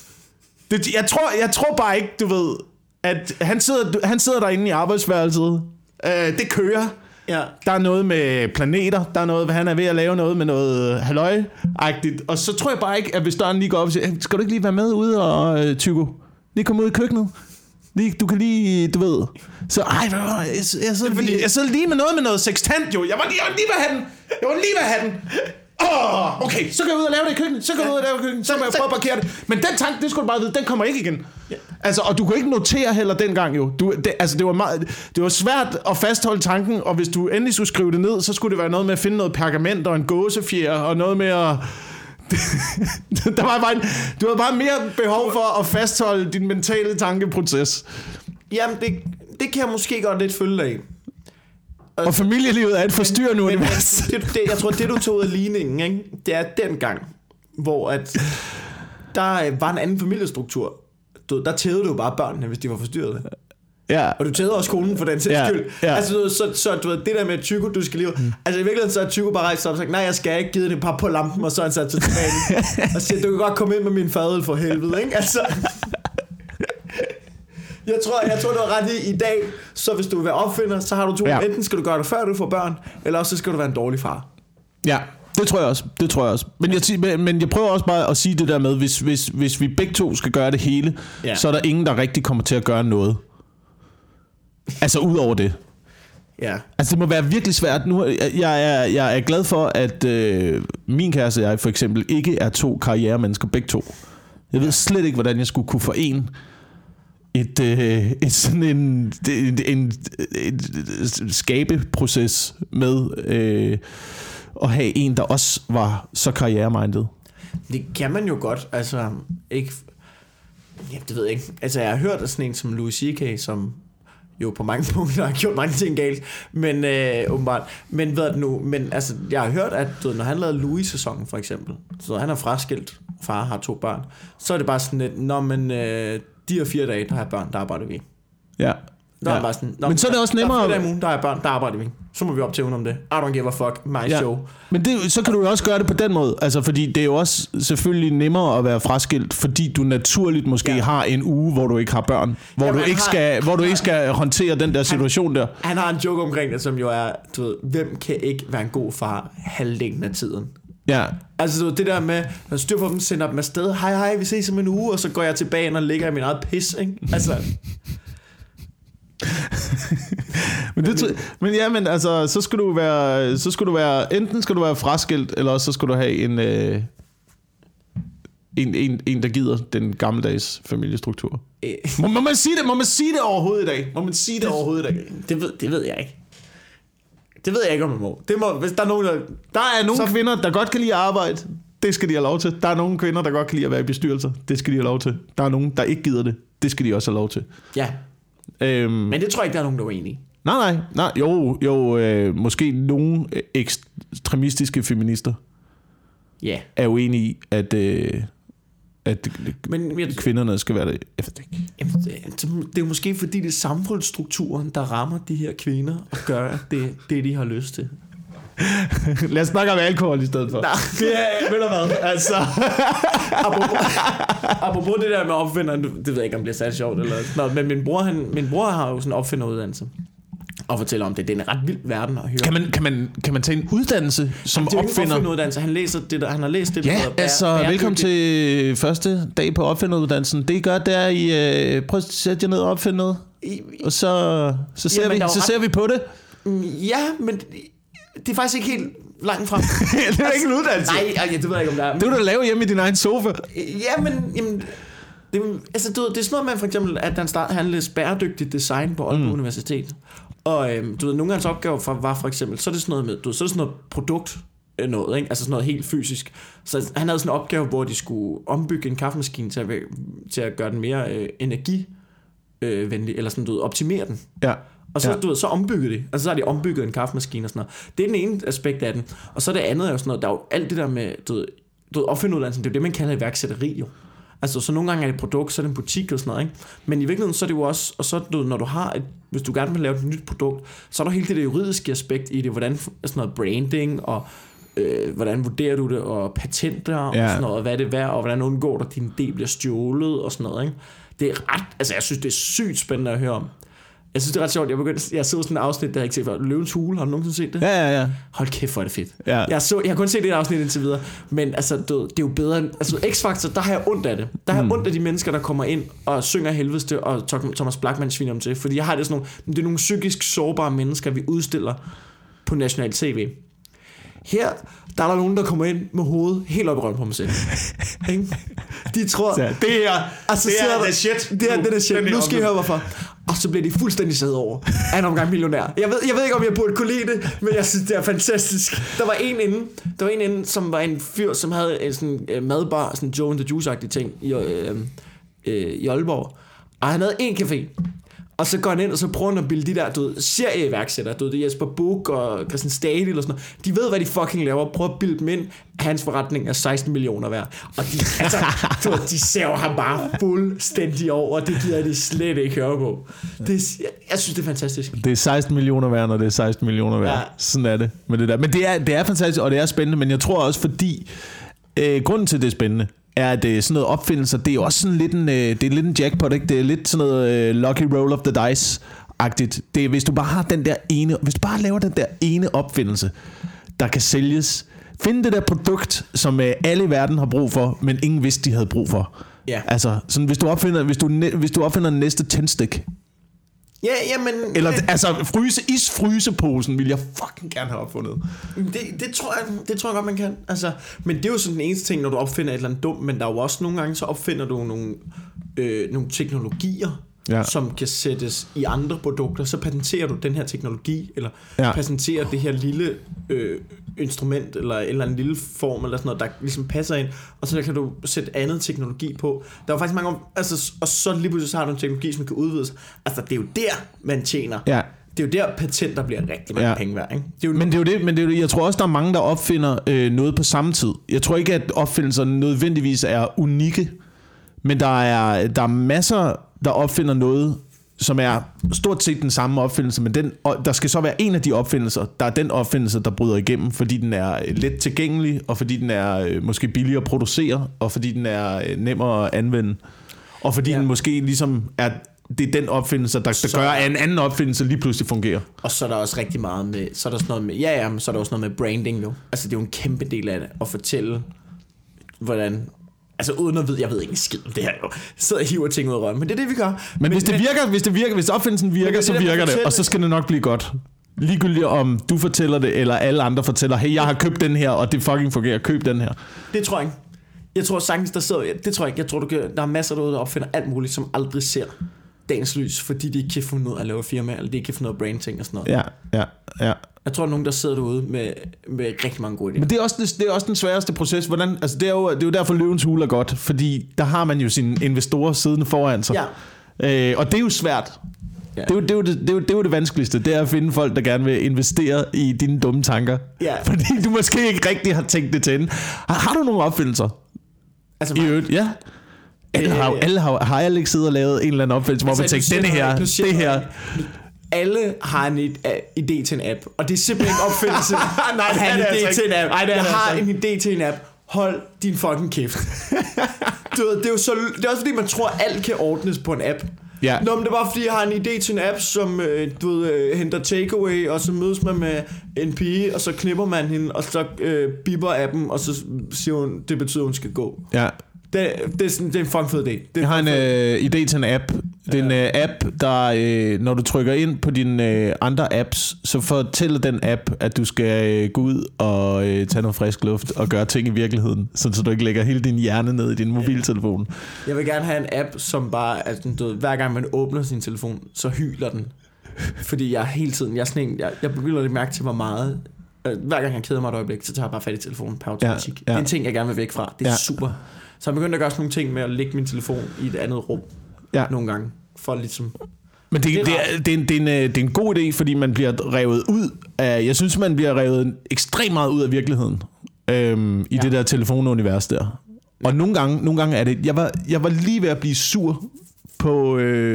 S2: Jeg tror bare ikke, du ved, at han sidder derinde i arbejdsværelset. Det kører. Ja. Der er noget med planeter, der er noget, han er ved at lave noget med noget halløj-agtigt. Og så tror jeg bare ikke, at hvis døren lige går op og siger, skal du ikke lige være med ude og Tycho? Lige komme ud i køkkenet. Du kan lige, du ved. Så jeg sidder lige med noget sextant, jo. Jeg var lige ved at have den. Okay, så kan jeg ud og lave det i køkkenet. Så må jeg prøve at parkere det. Men den tanke, det skulle du bare vide, den kommer ikke igen. Ja. Altså, og du kunne ikke notere heller dengang, jo. Det var svært at fastholde tanken, og hvis du endelig skulle skrive det ned, så skulle det være noget med at finde noget pergament og en gåsefjer, og noget med at... du havde bare mere behov for at fastholde din mentale tankeproces.
S1: Jamen, det kan jeg måske godt lidt følge af.
S2: Og familielivet er et forstyrrende univers.
S1: Jeg tror, det du tog ud af ligningen, ikke? Det er dengang, hvor at der var en anden familiestruktur. Der tævede du bare børnene, hvis de var forstyrret.
S2: Ja.
S1: Og du tævede også konen for den sags skyld.
S2: Ja.
S1: Altså, så du ved, det der med Tycho, du skal leve. Altså i virkeligheden så er Tycho bare rejst op og sagt, nej, jeg skal ikke, give det et par på lampen, og så er han sat til tilbage. Og siger, du kan godt komme ind med min fadøl for helvede, ikke? Altså... Jeg tror, du har ret i dag, så hvis du vil være opfinder, så har du to. Ja. Enten skal du gøre det, før du får børn, eller også så skal du være en dårlig far.
S2: Ja, det tror jeg også. Men jeg prøver også bare at sige det der med, hvis vi begge to skal gøre det hele, så er der ingen, der rigtig kommer til at gøre noget. Altså ud over det.
S1: Ja.
S2: Altså det må være virkelig svært. Nu, jeg er glad for, at min kæreste og jeg for eksempel ikke er to karrieremennesker begge to. Jeg ved slet ikke, hvordan jeg skulle kunne forene et sådan en skabeproces med at have en, der også var så karrieremindet.
S1: Det kan man jo godt, altså ikke. Ja, det ved jeg ikke. Altså jeg har hørt af sådan en som Louis C.K., som jo på mange punkter har gjort mange ting galt, men åbenbart. Men hvad er det nu? Men altså jeg har hørt, at når han lavede Louis-sæsonen for eksempel, så han er fraskilt, far har 2 børn, så er det bare sådan lidt, når man de her 4 dage, der har børn, der arbejder vi.
S2: Ja.
S1: Der bare sådan,
S2: men så er det også nemmere.
S1: Der er 4 dage om ugen, der er børn, der arbejder vi. Så må vi op til om det. I don't give a fuck, my show.
S2: Men så kan du jo også gøre det på den måde. Altså fordi det er jo også selvfølgelig nemmere at være fraskilt, fordi du naturligt måske har en uge, hvor du ikke har børn, hvor du ikke skal håndtere den der situation der.
S1: Han har en joke omkring det, som jo er, du ved, hvem kan ikke være en god far halvdelen af tiden?
S2: Ja.
S1: Altså det der med, når jeg styrer på dem, sender dem afsted, hej, vi ses om en uge, og så går jeg tilbage og ligger i min eget pis, ikke? Altså...
S2: men ja, men altså så skal du være enten skal du være fraskilt, eller også så skal du have en der gider den gammeldags familiestruktur. Må man sige det overhovedet i dag? Må man sige det overhovedet i dag?
S1: Det ved jeg ikke. Det ved jeg ikke, om man må. Det må, hvis der er nogen,
S2: der er nogle kvinder, der godt kan lide at arbejde. Det skal de have lov til. Der er nogle kvinder, der godt kan lide at være i bestyrelser. Det skal de have lov til. Der er nogen, der ikke gider det. Det skal de også have lov til.
S1: Ja. Men det tror jeg ikke, der er nogen, der er uenige.
S2: Nej. Jo, måske nogle ekstremistiske feminister er uenige i, at kvinderne skal være det. Jeg ved det ikke.
S1: Det er måske fordi, det er samfundsstrukturen, der rammer de her kvinder og gør det de har lyst til.
S2: Lad os snakke om alkohol i stedet for.
S1: Det er, ved du hvad, altså apropos det der med opfinderen, det ved jeg ikke, om det bliver særlig sjovt eller noget, men min bror har jo sådan en opfinderuddannelse og fortæller om det. Det er en ret vild verden at høre.
S2: Kan man tage en uddannelse som opfinder? Det er en opfinderuddannelse.
S1: Han har læst det.
S2: Ja, altså velkommen til første dag på opfinderuddannelsen. Det gør der i prøv at sætte jer ned og opfinde noget. Og så ser vi på det.
S1: Ja, men det er faktisk ikke helt langt frem.
S2: Det er ikke en uddannelse.
S1: Nej, det ved jeg ikke, om det er.
S2: Det vil du lave hjemme i din egen sofa.
S1: Ja, men det er sådan noget med for eksempel, at han læste bæredygtigt design på Aalborg Universitet. Og du ved, nogle af hans opgaver var for eksempel, så er det sådan noget med, så er det sådan noget produkt noget, ikke? Altså sådan noget helt fysisk. Så han havde sådan en opgave, hvor de skulle ombygge en kaffemaskine til at gøre den mere energivenlig, eller sådan, du ved, optimere den.
S2: Ja.
S1: Og så, du ved, så ombyggede de. Altså så har de ombygget en kaffemaskine og sådan noget. Det er den ene aspekt af den. Og så det andet er jo sådan noget, der er jo alt det der med, du ved opfinderuddannelsen, det er jo det, man kalder iværksætteri jo. Altså så nogle gange er det et produkt, så er det en butik og sådan noget, ikke? Men i virkeligheden så er det jo også, og så når du har hvis du gerne vil lave et nyt produkt, så er der hele det juridiske aspekt i det, hvordan sådan noget branding og hvordan vurderer du det, og patenter og sådan noget, og hvad det er værd, og hvordan undgår du, at din idé bliver stjålet og sådan noget, ikke? Det er ret, altså jeg synes det er sygt spændende at høre om. Jeg synes det er ret sjovt. Jeg så sådan et afsnit, der jeg ikke set før. Løvens Hule, har du nogensinde set det?
S2: Ja.
S1: Hold kæft, hvor er det fedt.
S2: Ja.
S1: Jeg har kun set det afsnit indtil videre. Men altså, det er jo bedre end... Altså, X-Factor, der har jeg ondt af det. Der har jeg ondt af de mennesker, der kommer ind og synger helvedeste, og Thomas Blachman sviner dem til. Fordi jeg har det sådan nogle... Det er nogle psykisk sårbare mennesker, vi udstiller på national tv. Her, der er der nogen, der kommer ind med hovedet helt op i røven på mig selv. De tror...
S2: Det her,
S1: altså,
S2: det er the shit.
S1: Det er shit. Nu skal I høre hvorfor. Og så bliver de fuldstændig sad over af en omgang millionær. Jeg ved ikke, om jeg burde kunne lide det, men jeg synes, det er fantastisk. Der var en inde, som var en fyr, som havde en sådan madbar, sådan Joe and the Juice-agtig ting i Aalborg. Og han havde en café. Og så går han ind, og så prøver han at bilde de der, du ved, serieiværksættere, du ved, det Jesper Buch og Christian Stadil og sådan noget. De ved, hvad de fucking laver. Prøv at bilde dem ind. Hans forretning er 16 millioner værd. Og de, altså, du ved, de ser jo ham bare fuldstændig over, og det gider de slet ikke høre på. Jeg synes, det er fantastisk.
S2: Det er 16 millioner værd, når det er 16 millioner værd. Ja. Sådan er det med det der. Men det er fantastisk, og det er spændende, men jeg tror også, fordi grunden til, det er spændende, er, at det er sådan noget opfindelser. Det er også sådan lidt en jackpot, ikke? Det er lidt sådan noget lucky roll of the dice-agtigt. Det er, hvis du bare laver den der ene opfindelse, der kan sælges. Find det der produkt, som alle i verden har brug for, men ingen vidste, de havde brug for.
S1: Ja.
S2: Altså, sådan, hvis du opfinder den næste tændstik.
S1: Ja, jamen...
S2: Eller altså, isfryseposen vil jeg fucking gerne have opfundet.
S1: Det tror jeg godt, man kan. Altså, men det er jo sådan den eneste ting, når du opfinder et eller andet dumt, men der er jo også nogle gange, så opfinder du nogle teknologier, som kan sættes i andre produkter. Så patenterer du den her teknologi, eller patenterer det her lille instrument, eller en lille form, eller sådan noget, der ligesom passer ind, og så kan du sætte andet teknologi på. Der er faktisk mange altså, og så lige pludselig så har du en teknologi, som kan udvides. Altså, det er jo der, man tjener. Ja. Det er jo der, patenter bliver rigtig mange penge værd, ikke? Det er jo
S2: men det er jo jeg tror også, der er mange, der opfinder noget på samme tid. Jeg tror ikke, at opfindelser nødvendigvis er unikke, men der er masser, der opfinder noget, som er stort set den samme opfindelse, men der skal så være en af de opfindelser, der er den opfindelse, der bryder igennem, fordi den er let tilgængelig, og fordi den er måske billig at producere, og fordi den er nemmere at anvende, og fordi den måske ligesom er... Det er den opfindelse, der gør, at en anden opfindelse lige pludselig fungerer. Og
S1: så er der også rigtig meget med... Så er der sådan noget med... men så er der også noget med branding jo. Altså det er jo en kæmpe del af det, at fortælle, hvordan... Altså uden at vide, jeg ved ikke en skid om det her jo. Sidder og hiver ting ud af røven, men det er det, vi gør.
S2: Men hvis opfindelsen virker, så virker det, og så skal det nok blive godt. Ligegyldigt om du fortæller det, eller alle andre fortæller, hey, jeg har købt den her, og det fucking fungerer, køb den her.
S1: Det tror jeg ikke. Jeg tror sagtens, der sidder... Det tror jeg ikke. Jeg tror, der er masser derude, der opfinder alt muligt, som aldrig ser dagens lys, fordi de ikke kan finde ud af at lave firma, eller de ikke kan finde ud af branding og sådan noget.
S2: Ja.
S1: Jeg tror, at nogen, der sidder derude med rigtig mange gode idéer.
S2: Men det er også den sværeste proces. Hvordan, altså det er jo derfor Løvens Hule er godt, fordi der har man jo sine investorer siddende foran sig. Ja. Og det er jo svært. Ja. Det er jo det vanskeligste. Det er at finde folk, der gerne vil investere i dine dumme tanker. Ja. Fordi du måske ikke rigtig har tænkt det til ende. Har du nogle opfindelser?
S1: Altså,
S2: i øvrigt, ja. Har jeg ikke siddet og lavet en eller anden opfindelse, hvor man tænker, det her...
S1: Alle har en idé til en app, og det er simpelthen ikke opfindelse. Nej, det er en idé til en app. Jeg har en idé til en app. Hold din fucking kæft. Du ved, det er også fordi man tror alt kan ordnes på en app. Ja. Nå, men det er bare fordi jeg har en idé til en app, som du ved, henter takeaway, og så mødes man med en pige, og så knipper man hende, og så bipper appen, og så siger hun, det betyder hun skal gå. Ja. Det er en fucking fed idé.
S2: Jeg har en idé til en app. Det er en app, der når du trykker ind på dine andre apps, så fortæller den app, at du skal gå ud og tage noget frisk luft og gøre ting i virkeligheden, så du ikke lægger hele din hjerne ned i din mobiltelefon.
S1: Jeg vil gerne have en app, som bare, altså, du ved, hver gang man åbner sin telefon, så hyler den. Fordi jeg hele tiden, jeg begynder lidt mærke til, hvor meget... Hver gang jeg keder mig et øjeblik, så tager jeg bare fat i telefonen per automatik. Det er en ting, jeg gerne vil væk fra. Det er super. Så jeg begyndte at gøre sådan nogle ting med at lægge min telefon i et andet rum nogle gange. For ligesom...
S2: Men det er en god idé, fordi man bliver revet ud af... Jeg synes, man bliver revet ekstremt meget ud af virkeligheden i det der telefonunivers der. Og nogle gange er det... Jeg var lige ved at blive sur på...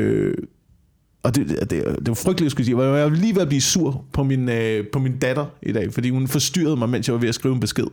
S2: og det var frygteligt, at skulle sige. Jeg var lige ved at blive sur på min datter i dag, fordi hun forstyrrede mig, mens jeg var ved at skrive en besked.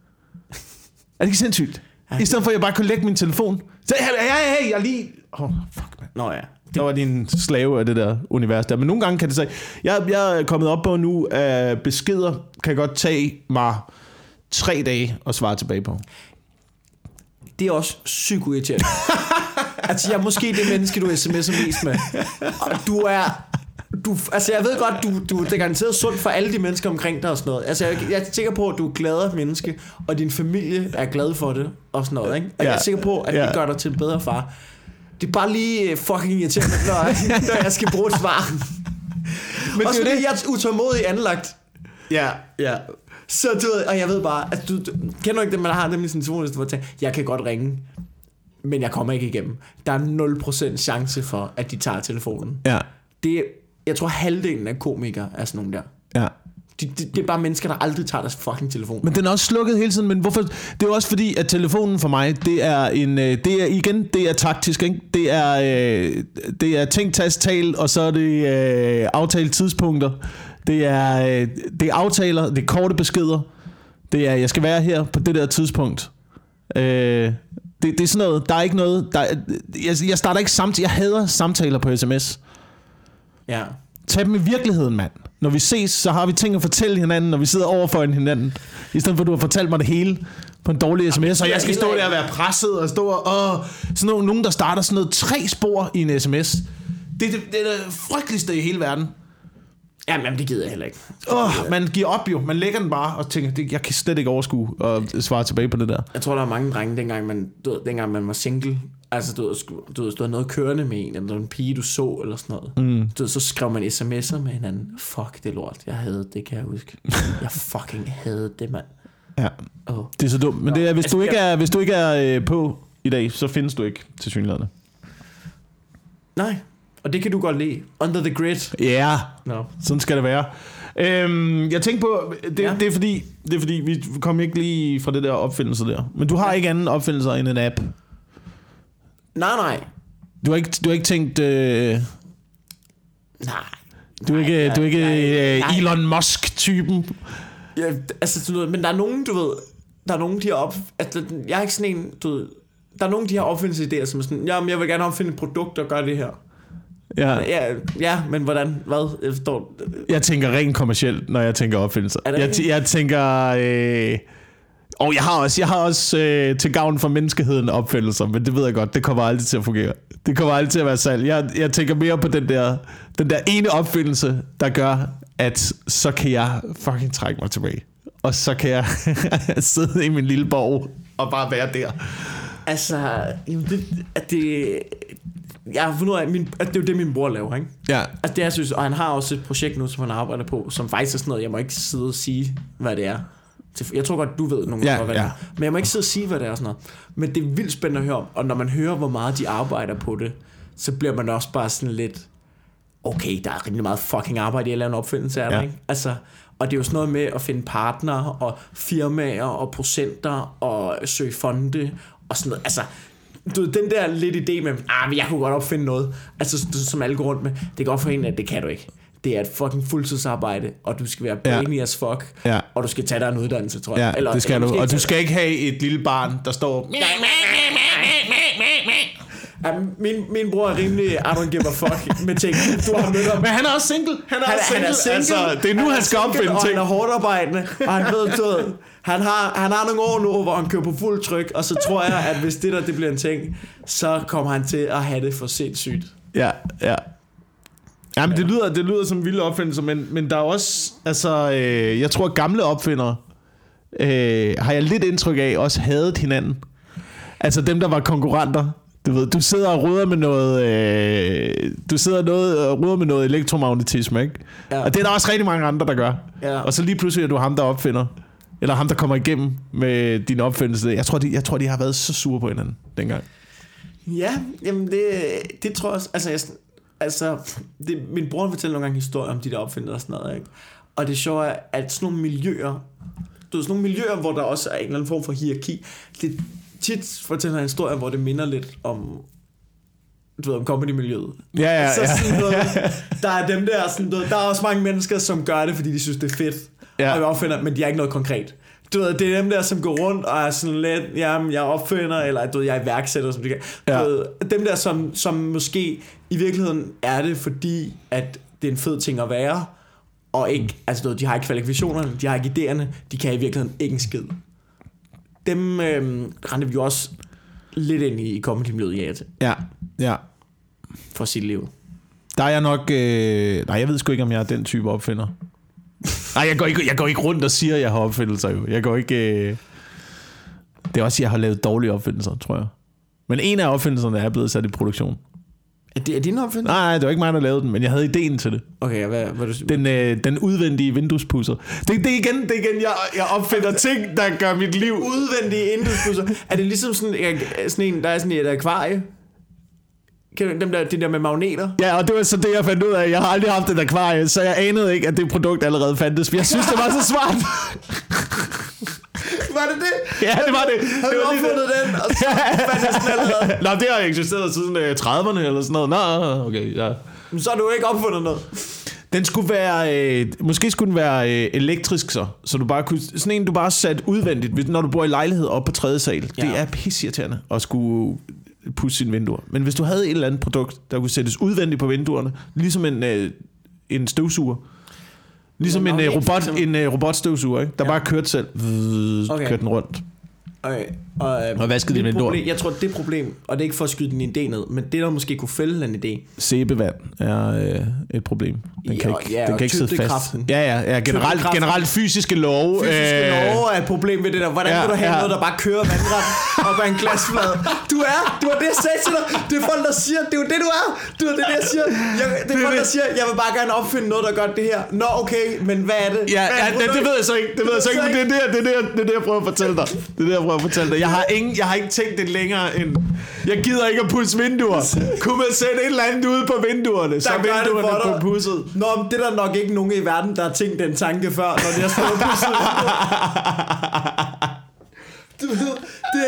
S2: Er det ikke sindssygt? I stedet for at jeg bare kunne lægge min telefon. Så hey, jeg lige... fuck, man.
S1: Nå ja.
S2: Der var din slave af det der univers der. Men nogle gange kan det så... Jeg er kommet op på nu, at beskeder kan godt tage mig 3 dage at svare tilbage på.
S1: Det er også psykoirriterende. Altså, jeg er måske det menneske, du sms'er mest med. Og du er... altså, jeg ved godt, du er garanteret sundt for alle de mennesker omkring dig og sådan noget. Altså, jeg er sikker på, at du er gladere menneske, og din familie er glad for det og sådan noget, ikke? Og jeg er sikker på, at det gør dig til en bedre far. Det er bare lige fucking irriterende, når jeg skal bruge et svar. Men også fordi jeg er utålmodig anlagt. Ja. Så du ved, og jeg ved bare, at du kender ikke det, man har nemlig sådan en telefon, hvor tænker, jeg kan godt ringe, men jeg kommer ikke igennem. Der er 0% chance for, at de tager telefonen. Ja. Jeg tror halvdelen af komikere er sådan nogle der.
S2: Ja.
S1: Det er bare mennesker, der aldrig tager deres fucking telefon.
S2: Men den er også slukket hele tiden. Men hvorfor? Det er jo også fordi, at telefonen for mig, det er taktisk, ikke? Det er tænkt, tast, tal, og så er det aftalt tidspunkter. Det er aftaler, det er korte beskeder. Det er, jeg skal være her på det der tidspunkt. Det er sådan noget. Der er ikke noget. Jeg starter ikke samtaler. Jeg hader samtaler på sms.
S1: Ja.
S2: Tag dem i virkeligheden, mand. Når vi ses, så har vi ting at fortælle hinanden, når vi sidder overfor hinanden. I stedet for, at du har fortalt mig det hele på en dårlig sms, og jeg skal stå der og være presset og stå og... sådan nogen, der starter sådan noget 3 spor i en sms. Det er det frygteligste i hele verden.
S1: Jamen, det gider jeg heller ikke.
S2: Man giver op jo. Man lægger den bare og tænker, jeg kan slet ikke overskue og svare tilbage på det der.
S1: Jeg tror, der var mange drenge, dengang man var single. Altså, du havde noget kørende med en, eller en pige, du så, eller sådan noget. Så skrev man sms'er med hinanden. Fuck, det lort. Jeg havde det, kan jeg huske. Jeg fucking havde det, mand.
S2: Ja, det er så dumt. Men det er, hvis du ikke er på i dag, så findes du ikke til synligheden.
S1: Nej, og det kan du godt lide. Under the grid.
S2: Ja, sådan skal det være. Jeg tænkte på, det er fordi vi kom ikke lige fra det der opfindelse der. Men du har ikke anden opfindelser end en app.
S1: Nej.
S2: Du har ikke tænkt...
S1: Nej.
S2: Du er ikke Elon Musk-typen.
S1: Ja, altså, men der er nogen, du ved... Der er nogen, de har jeg er ikke sådan en, du ved... Der er nogen, de har opfindelsesidéer, som er sådan... Jamen, jeg vil gerne opfinde et produkt, der gør det her. Ja, men hvordan? Hvad? Jeg forstår...
S2: Jeg tænker rent kommercielt, når jeg tænker opfindelser. Jeg tænker... Og jeg har også til gavn for menneskeheden opfindelser, men det ved jeg godt, det kommer aldrig til at fungere. Det kommer aldrig til at være salg. Jeg tænker mere på den der ene opfindelse, der gør, at så kan jeg fucking trække mig tilbage. Og så kan jeg sidde i min lille borg og bare være der.
S1: Altså, jeg har fundet ud af, at det er jo det, min bror laver, ikke?
S2: Ja.
S1: Altså, det jeg synes, og han har også et projekt nu, som han arbejder på, som faktisk er sådan noget, jeg må ikke sidde og sige, hvad det er. Jeg tror godt, du ved nogle hvad det er. Men jeg må ikke sidde og sige, hvad det er og sådan noget. Men det er vildt spændende at høre om. Og når man hører, hvor meget de arbejder på det, så bliver man også bare sådan lidt... Okay, der er rimelig meget fucking arbejde i at lave en opfindelse af det, ikke? Altså, og det er jo sådan noget med at finde partnere og firmaer og procenter og søge fonde og sådan noget. Altså, du ved, den der lidt idé med, jeg kunne godt opfinde noget. Altså, som alle går rundt med. Det kan godt for en, at det kan du ikke. Det er et fucking fuldtidsarbejde, og du skal være brainy as fuck, og du skal tage dig en uddannelse, tror jeg.
S2: Ja, det skal du. Og du skal ikke have et lille barn, der står...
S1: Min bror er rimelig I don't give a fuck med ting. Du har mødt ham.
S2: Men han er også single. Han er single. Altså, det er nu, han skal opfinde ting.
S1: Og han er hårdt arbejdende, og han ved, han har nogle år nu, hvor han kører på fuld tryk, og så tror jeg, at hvis det bliver en ting, så kommer han til at have det for sindssygt.
S2: Ja. Jamen, det lyder som vilde opfindelser, men der er også, altså, jeg tror, gamle opfindere, har jeg lidt indtryk af, også hadet hinanden. Altså dem, der var konkurrenter. Du ved, du sidder og ruder med noget elektromagnetisme, ikke? Ja. Og det er der også rigtig mange andre, der gør. Ja. Og så lige pludselig er du ham, der opfinder, eller ham, der kommer igennem med din opfindelse. Jeg tror, de har været så sure på hinanden dengang.
S1: Ja, jamen det tror jeg også. Min bror fortæller nogle gange historier om de der opfindere og sådan noget, ikke? Og det sjove er, at sådan nogle miljøer, hvor der også er en eller anden form for hierarki, det tit fortæller en historie, hvor det minder lidt om, du ved, om comedy-miljøet.
S2: Ja.
S1: Sådan noget, der er dem der, sådan noget, der er også mange mennesker, som gør det, fordi de synes, det er fedt, og opfinder, men de har ikke noget konkret. Du ved, det er dem der, som går rundt og er sådan lidt, jamen, jeg opfinder, eller du ved, jeg er iværksætter, som de kan. Du ved, dem der, som måske i virkeligheden er det, fordi at det er en fed ting at være, og ikke, altså du ved, de har ikke kvalifikationerne, de har ikke idéerne, de kan i virkeligheden ikke en skid. Dem rendte vi jo også lidt ind i comedy-miljøet
S2: Ja.
S1: For sit liv.
S2: Der er jeg nok... nej, jeg ved sgu ikke, om jeg er den type opfinder. Nej, jeg går ikke rundt og siger, at jeg har opfindelser jo. Jeg går ikke... Det er også, jeg har lavet dårlige opfindelser, tror jeg. Men en af opfindelserne er blevet sat i produktion.
S1: Er din opfindelse?
S2: Nej, det var ikke mig, der lavede den, men jeg havde ideen til det.
S1: Okay, hvad du...
S2: Den udvendige vinduespusser. Det er igen, jeg opfinder ting, der gør mit liv...
S1: Udvendige vinduespusser. Er det ligesom sådan en, der er sådan et akvarie? Dem der, de der med magneter.
S2: Ja, og det var så det, jeg fandt ud af. Jeg har aldrig haft et akvarie, så jeg anede ikke, at det produkt allerede fandtes. Jeg synes, det var så smart.
S1: Var det det?
S2: Ja, det var det.
S1: Har du opfundet den? Og så fandtes den allerede.
S2: Nå, det har eksisteret siden 30'erne eller sådan noget. Nå, okay, ja.
S1: Men så har du ikke opfundet noget.
S2: Den skulle være, måske skulle den være elektrisk så du bare kunne, sådan en du bare sat udvendigt, når du bor i lejlighed op på 3. sal. Ja. Det er pisseirriterende at skulle pusse sine vinduer. Men hvis du havde et eller andet produkt, der kunne sættes udvendigt på vinduerne, ligesom en støvsuger, ligesom en robotstøvsuger, ikke? Der bare kørte selv, kørte den rundt.
S1: Okay.
S2: Og vaskede dine vinduer.
S1: Jeg tror, det problem, og det er ikke for at skyde din idé ned, men det der måske kunne fælde en idé.
S2: Sæbevand er et problem. Den kan ikke sidde fast. Ja, generelt fysiske love.
S1: Fysiske love er et problem ved det der. Hvordan kan du have noget, der bare kører vandret op ad en glasflade? Du er det, jeg sagde til dig. Det er folk, der siger, det er jo det, du er. Det er det, jeg siger. Det er folk, der siger, jeg vil bare gerne opfinde noget, der gør det her. Nå, okay, men hvad er det?
S2: Det ved jeg så ikke. Men det er det, jeg prøver at fortælle dig. Jeg har ikke tænkt det længere end... Jeg gider ikke at pusse vinduer. Kunne man sætte et eller andet ude på vinduerne, så vinduerne på pusset?
S1: Nå, men det er der nok ikke nogen i verden, der har tænkt den tanke før, når de har stået og pusset vinduer. Du ved,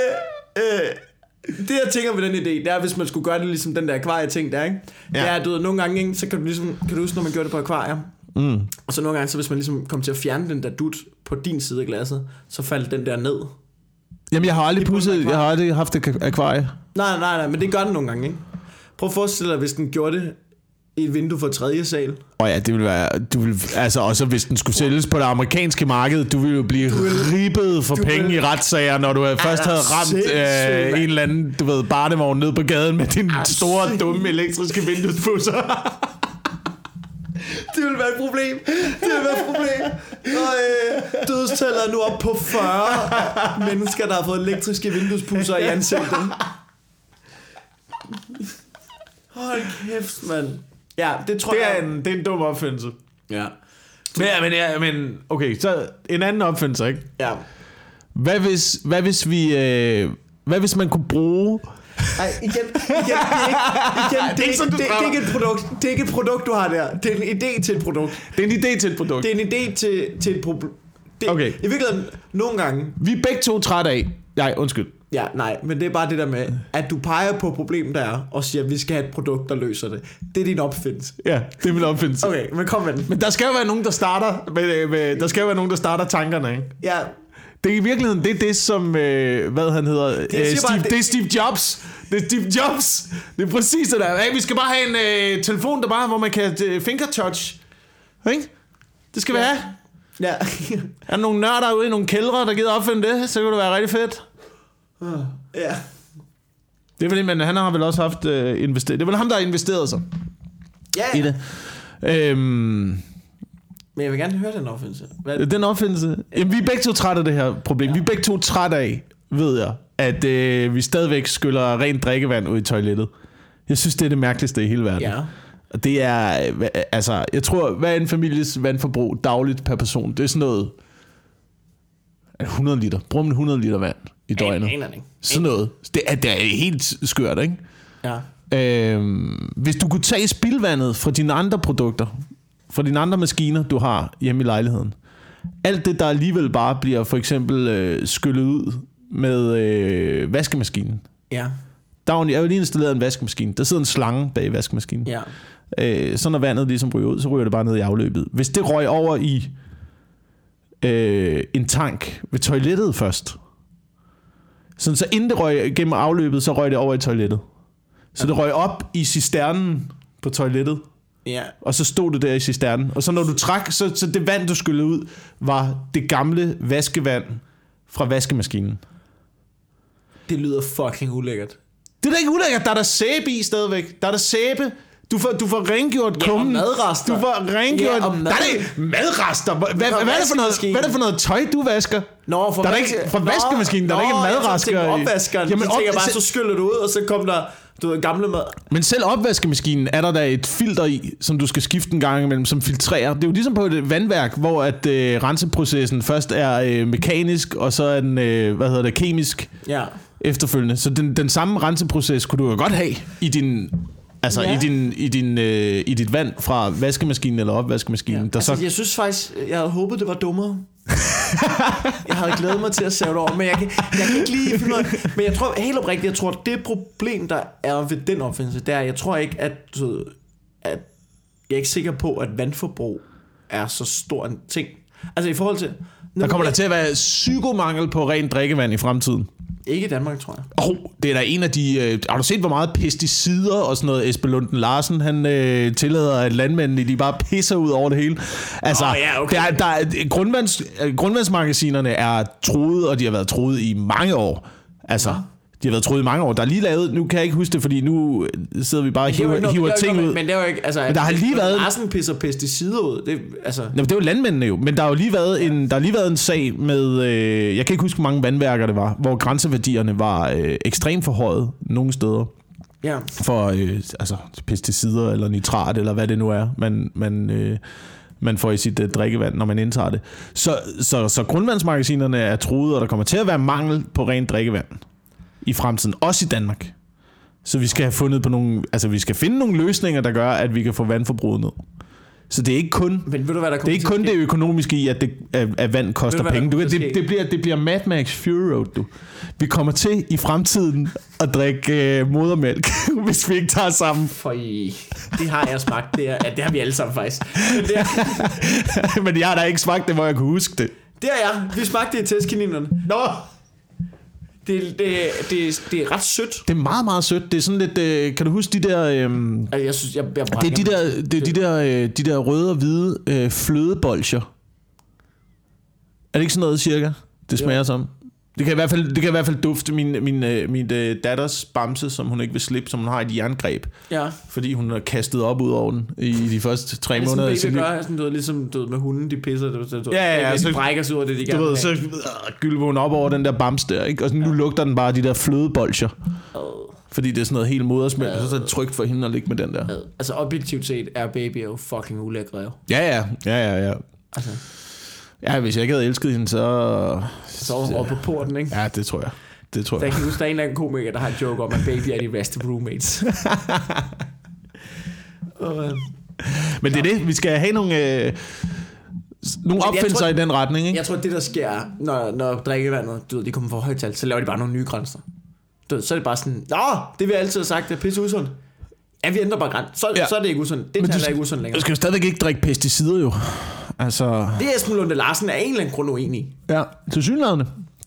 S1: det jeg tænker med den idé, det er, hvis man skulle gøre det ligesom den der akvarie-ting der, ikke? Ja. Det er, du ved, nogle gange, ikke, så kan du huske, når man gjorde det på akvarier. Og så nogle gange, så hvis man ligesom kom til at fjerne den der dut på din side af glasset, så faldt den der ned.
S2: Jamen, jeg har aldrig haft et akvarie.
S1: Nej, men det gør den nogle gange, ikke? Prøv at forestille dig, hvis den gjorde det i et vindue for 3. sal.
S2: Ja, det ville være... og så hvis den skulle sælges på det amerikanske marked, du ville jo blive ribbet for penge i retssager, når du først havde ramt en eller anden, du ved, barnevogn ned på gaden med din store, dumme elektriske vinduespusser.
S1: Det vil være et problem. Og dødstallet er nu op på 40 mennesker, der har fået elektriske vinduespusser i ansigtet. Hold kæft, mand. Ja, det tror jeg...
S2: Det er en dum opfindelse.
S1: Ja.
S2: Men okay, så en anden opfindelse, ikke?
S1: Ja.
S2: Hvad hvis man kunne bruge...
S1: Ej, igen, det er ikke et produkt. Det er ikke et produkt, du har der. Det er en idé til et produkt.
S2: Det er en idé til et produkt.
S1: Det er en idé til et problem.
S2: Okay.
S1: I virkeligheden, nogle gange...
S2: Vi er begge to trætte af... Nej, undskyld.
S1: Ja, nej, men det er bare det der med, at du peger på problemet der er, og siger, at vi skal have et produkt, der løser det. Det er din opfindelse.
S2: Ja, det er min opfindelse.
S1: Okay, men kom med den.
S2: Men der skal jo være nogen, der starter der skal jo være nogen, der starter tankerne, ikke?
S1: Ja.
S2: Det er i virkeligheden, det er det, som, hvad han hedder, det er Steve Jobs. Det er Steve Jobs. Det er præcis det der. Hey, vi skal bare have en telefon, der bare, hvor man kan fingertouch. Ikke? Det skal vi have.
S1: Ja.
S2: Er der nogle nørder ude i nogle kældre, der gider opfinde det, så kunne det være rigtig fedt.
S1: Ja.
S2: Det er fordi, men han har vel også haft investeret. Det er vel ham, der har investeret sig i det.
S1: Men jeg vil gerne høre den opfindelse.
S2: Den opfindelse? Jamen, vi er begge to trætte af det her problem. Ja. Vi er begge to trætte af, ved jeg, at vi stadigvæk skyller rent drikkevand ud i toilettet. Jeg synes, det er det mærkeligste i hele verden.
S1: Ja.
S2: Og det er, altså, jeg tror, hvad er en families vandforbrug dagligt per person? Det er sådan noget 100 liter. Brug 100 liter vand i døgnet. Sådan noget. Det er helt skørt, ikke?
S1: Ja.
S2: Hvis du kunne tage spildvandet fra dine andre produkter, fra dine andre maskiner, du har hjemme i lejligheden, alt det, der alligevel bare bliver for eksempel skyllet ud med vaskemaskinen.
S1: Ja.
S2: Jeg har jo lige installeret en vaskemaskine. Der sidder en slange bag vaskemaskinen.
S1: Ja.
S2: Så når vandet ligesom ryger ud, så ryger det bare ned i afløbet. Hvis det røg over i en tank ved toilettet først, så inden det røg gennem afløbet, så røg det over i toilettet. Så det røg op i cisternen på toilettet.
S1: Ja.
S2: Og så stod det der i cisternen. Og så når du trak, så det vand, du skyllede ud, var det gamle vaskevand fra vaskemaskinen.
S1: Det lyder fucking ulækkert.
S2: Det er da ikke ulækkert. Der er der sæbe i stadigvæk. Der er der sæbe. Du får rengjort kummen.
S1: Ja, og madrester.
S2: Du får rengjort...
S1: Ja,
S2: der er det madrester. Hvad er det for noget tøj, du vasker?
S1: Nå,
S2: der er ikke, fra vaskemaskinen, der er ikke en madrasker.
S1: Nå, opvaskeren. Jamen, så tænker jeg bare, så skyller du ud, og så kommer der... Du ved, gamle mad.
S2: Men selv opvaskemaskinen er der et filter i, som du skal skifte en gang imellem, som filtrerer. Det er jo ligesom på et vandværk, hvor at renseprocessen først er mekanisk, og så er den kemisk efterfølgende. Så den samme renseproces kunne du jo godt have i din Altså i dit vand fra vaskemaskinen eller opvaskemaskinen.
S1: Ja. Altså, jeg synes faktisk, jeg havde håbet, det var dummere. Jeg havde glædet mig til at save det over, men jeg kan ikke lige finde noget. Men jeg tror helt oprigtigt, jeg tror, det problem, der er ved den opfindelse, det er, jeg tror ikke, at jeg er ikke sikker på, at vandforbrug er så stor en ting. Altså i forhold til...
S2: Der kommer der til at være psykomangel på rent drikkevand i fremtiden.
S1: Ikke i Danmark, tror jeg.
S2: Det er da en af de... har du set, hvor meget pesticider og sådan noget Esben Lunden Larsen, han tillader, at landmændene, de bare pisser ud over det hele? Altså,
S1: ja, okay.
S2: Grundvandsmagasinerne er truet, og de har været truet i mange år. Altså... De har været troet i mange år. Der er lige lavet... Nu kan jeg ikke huske det, fordi nu sidder vi bare og hiver ting ud.
S1: Men det er jo ikke... Altså,
S2: men der har lige været...
S1: Larsen pisser pesticider ud. Det, altså...
S2: Nå, det er jo landmændene jo. Men der har jo lige været en sag med... jeg kan ikke huske, hvor mange vandværker det var, hvor grænseværdierne var ekstremt forhøjet nogle steder.
S1: Ja.
S2: For pesticider eller nitrat, eller hvad det nu er, man får i sit drikkevand, når man indtager det. Så grundvandsmagasinerne er truet, og der kommer til at være mangel på rent drikkevand i fremtiden, også i Danmark. Så vi skal have fundet på nogle, altså vi skal finde nogle løsninger, der gør, at vi kan få vandforbruget ned. Så det er ikke kun,
S1: men ved du, hvad der
S2: det er ikke kun det økonomiske i, at vand koster penge. Det bliver Mad Max Fury Road, du. Vi kommer til i fremtiden at drikke modermælk, hvis vi ikke tager sammen.
S1: Det har jeg smagt. Det har vi alle sammen faktisk.
S2: Men jeg har da ikke smagt det, hvor jeg kunne huske det.
S1: Det er jeg. Vi smagte det i testkaninerne.
S2: Nå!
S1: Det er ret sødt.
S2: Det er meget, meget sødt. Det er sådan lidt... kan du huske de der...
S1: jeg synes, jeg
S2: det er de der røde og hvide flødebolcher. Er det ikke sådan noget cirka? Det smager som. Det kan i hvert fald dufte min datters bamse, som hun ikke vil slippe, som hun har et jerngreb.
S1: Ja.
S2: Fordi hun har kastet op ud over den i de første 3 måneder.
S1: Det gør sådan ligesom med hunden, de pisser.
S2: Ja,
S1: så brækker sig ud af det, de gerne
S2: vil. Så gylver hun op over den der bamse der, ikke? Og nu lugter den bare de der flødebolcher. Fordi det er sådan noget helt modersmælk, og så er det trygt for hende at ligge med den der.
S1: Altså objektivt set er baby jo fucking ulækre.
S2: Ja. Altså. Ja, hvis jeg ikke havde elsket hende, så
S1: var hun oppe på porten, ikke?
S2: Ja, det tror jeg.
S1: Der kan huske, der er en eller anden komiker, der har en joke om, at baby er de værste roommates.
S2: Men det er det, vi skal have nogle opfindelser i den retning, ikke?
S1: Jeg tror, det der sker, når drikkevandet, de kommer for højt tal, så laver de bare nogle nye grænser. Så er det bare sådan, det vi altid har sagt, det er pisse usundt. Ja, vi ændrer bare græns. Så er det ikke usundt. Det er ikke usundt længere.
S2: Du skal jo stadigvæk ikke drikke pesticider, jo. Altså...
S1: Det er Esben Lunde Larsen er en eller anden grund uenig i.
S2: Ja, tilsyneladende.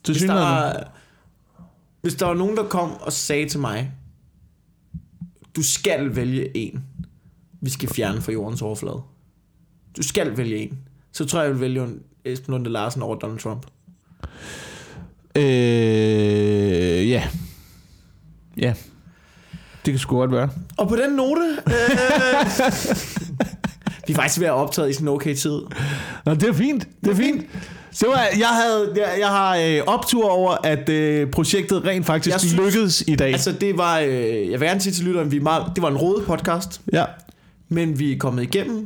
S1: Hvis der var nogen, der kom og sagde til mig, du skal vælge en, vi skal fjerne fra jordens overflade. Du skal vælge en. Så tror jeg vil vælge Esben Lunde Larsen over Donald Trump.
S2: Ja. Ja. Det kan sgu godt være.
S1: Og på den note... vi er faktisk ved at optage i sådan en okay tid.
S2: Nå, det er fint. Det er fint. Så jeg har optur over, at projektet rent faktisk lykkedes i dag. Altså
S1: det var, jeg vil gerne sige til lytteren, det var en rodet podcast.
S2: Ja.
S1: Men vi er kommet igennem.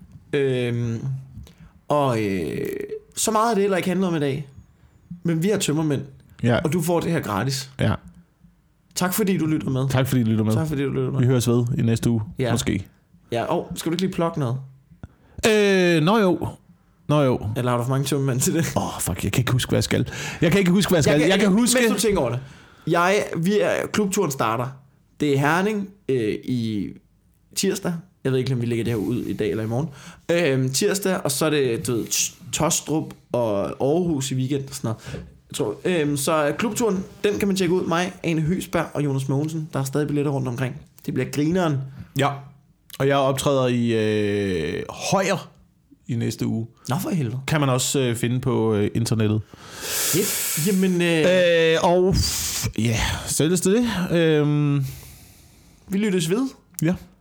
S1: Så meget af det heller ikke handlet om i dag. Men vi har tømmermænd.
S2: Ja.
S1: Og du får det her gratis.
S2: Ja.
S1: Tak fordi du lytter med.
S2: Tak fordi du lytter med. Vi høres ved i næste uge, måske.
S1: Ja, skal du ikke lige plukke noget?
S2: Nå jo.
S1: Eller har du for mange tømmermænd til det?
S2: Fuck, jeg kan ikke huske, hvad jeg skal. Jeg kan huske...
S1: Mens du tænker over det. Klubturen starter. Det er Herning i tirsdag. Jeg ved ikke, om vi lægger det her ud i dag eller i morgen. Tirsdag, og så er det Tostrup og Aarhus i weekend og sådan noget. Så klubturen, den kan man tjekke ud. Mig, Ane Høsberg og Jonas Mogensen. Der er stadig billetter rundt omkring. Det bliver grineren.
S2: Ja. Og jeg optræder i Højer i næste uge.
S1: Nå for helvede.
S2: Kan man også finde på internettet.
S1: Jamen...
S2: og ja, så er det.
S1: Vi lyttes ved.
S2: Ja.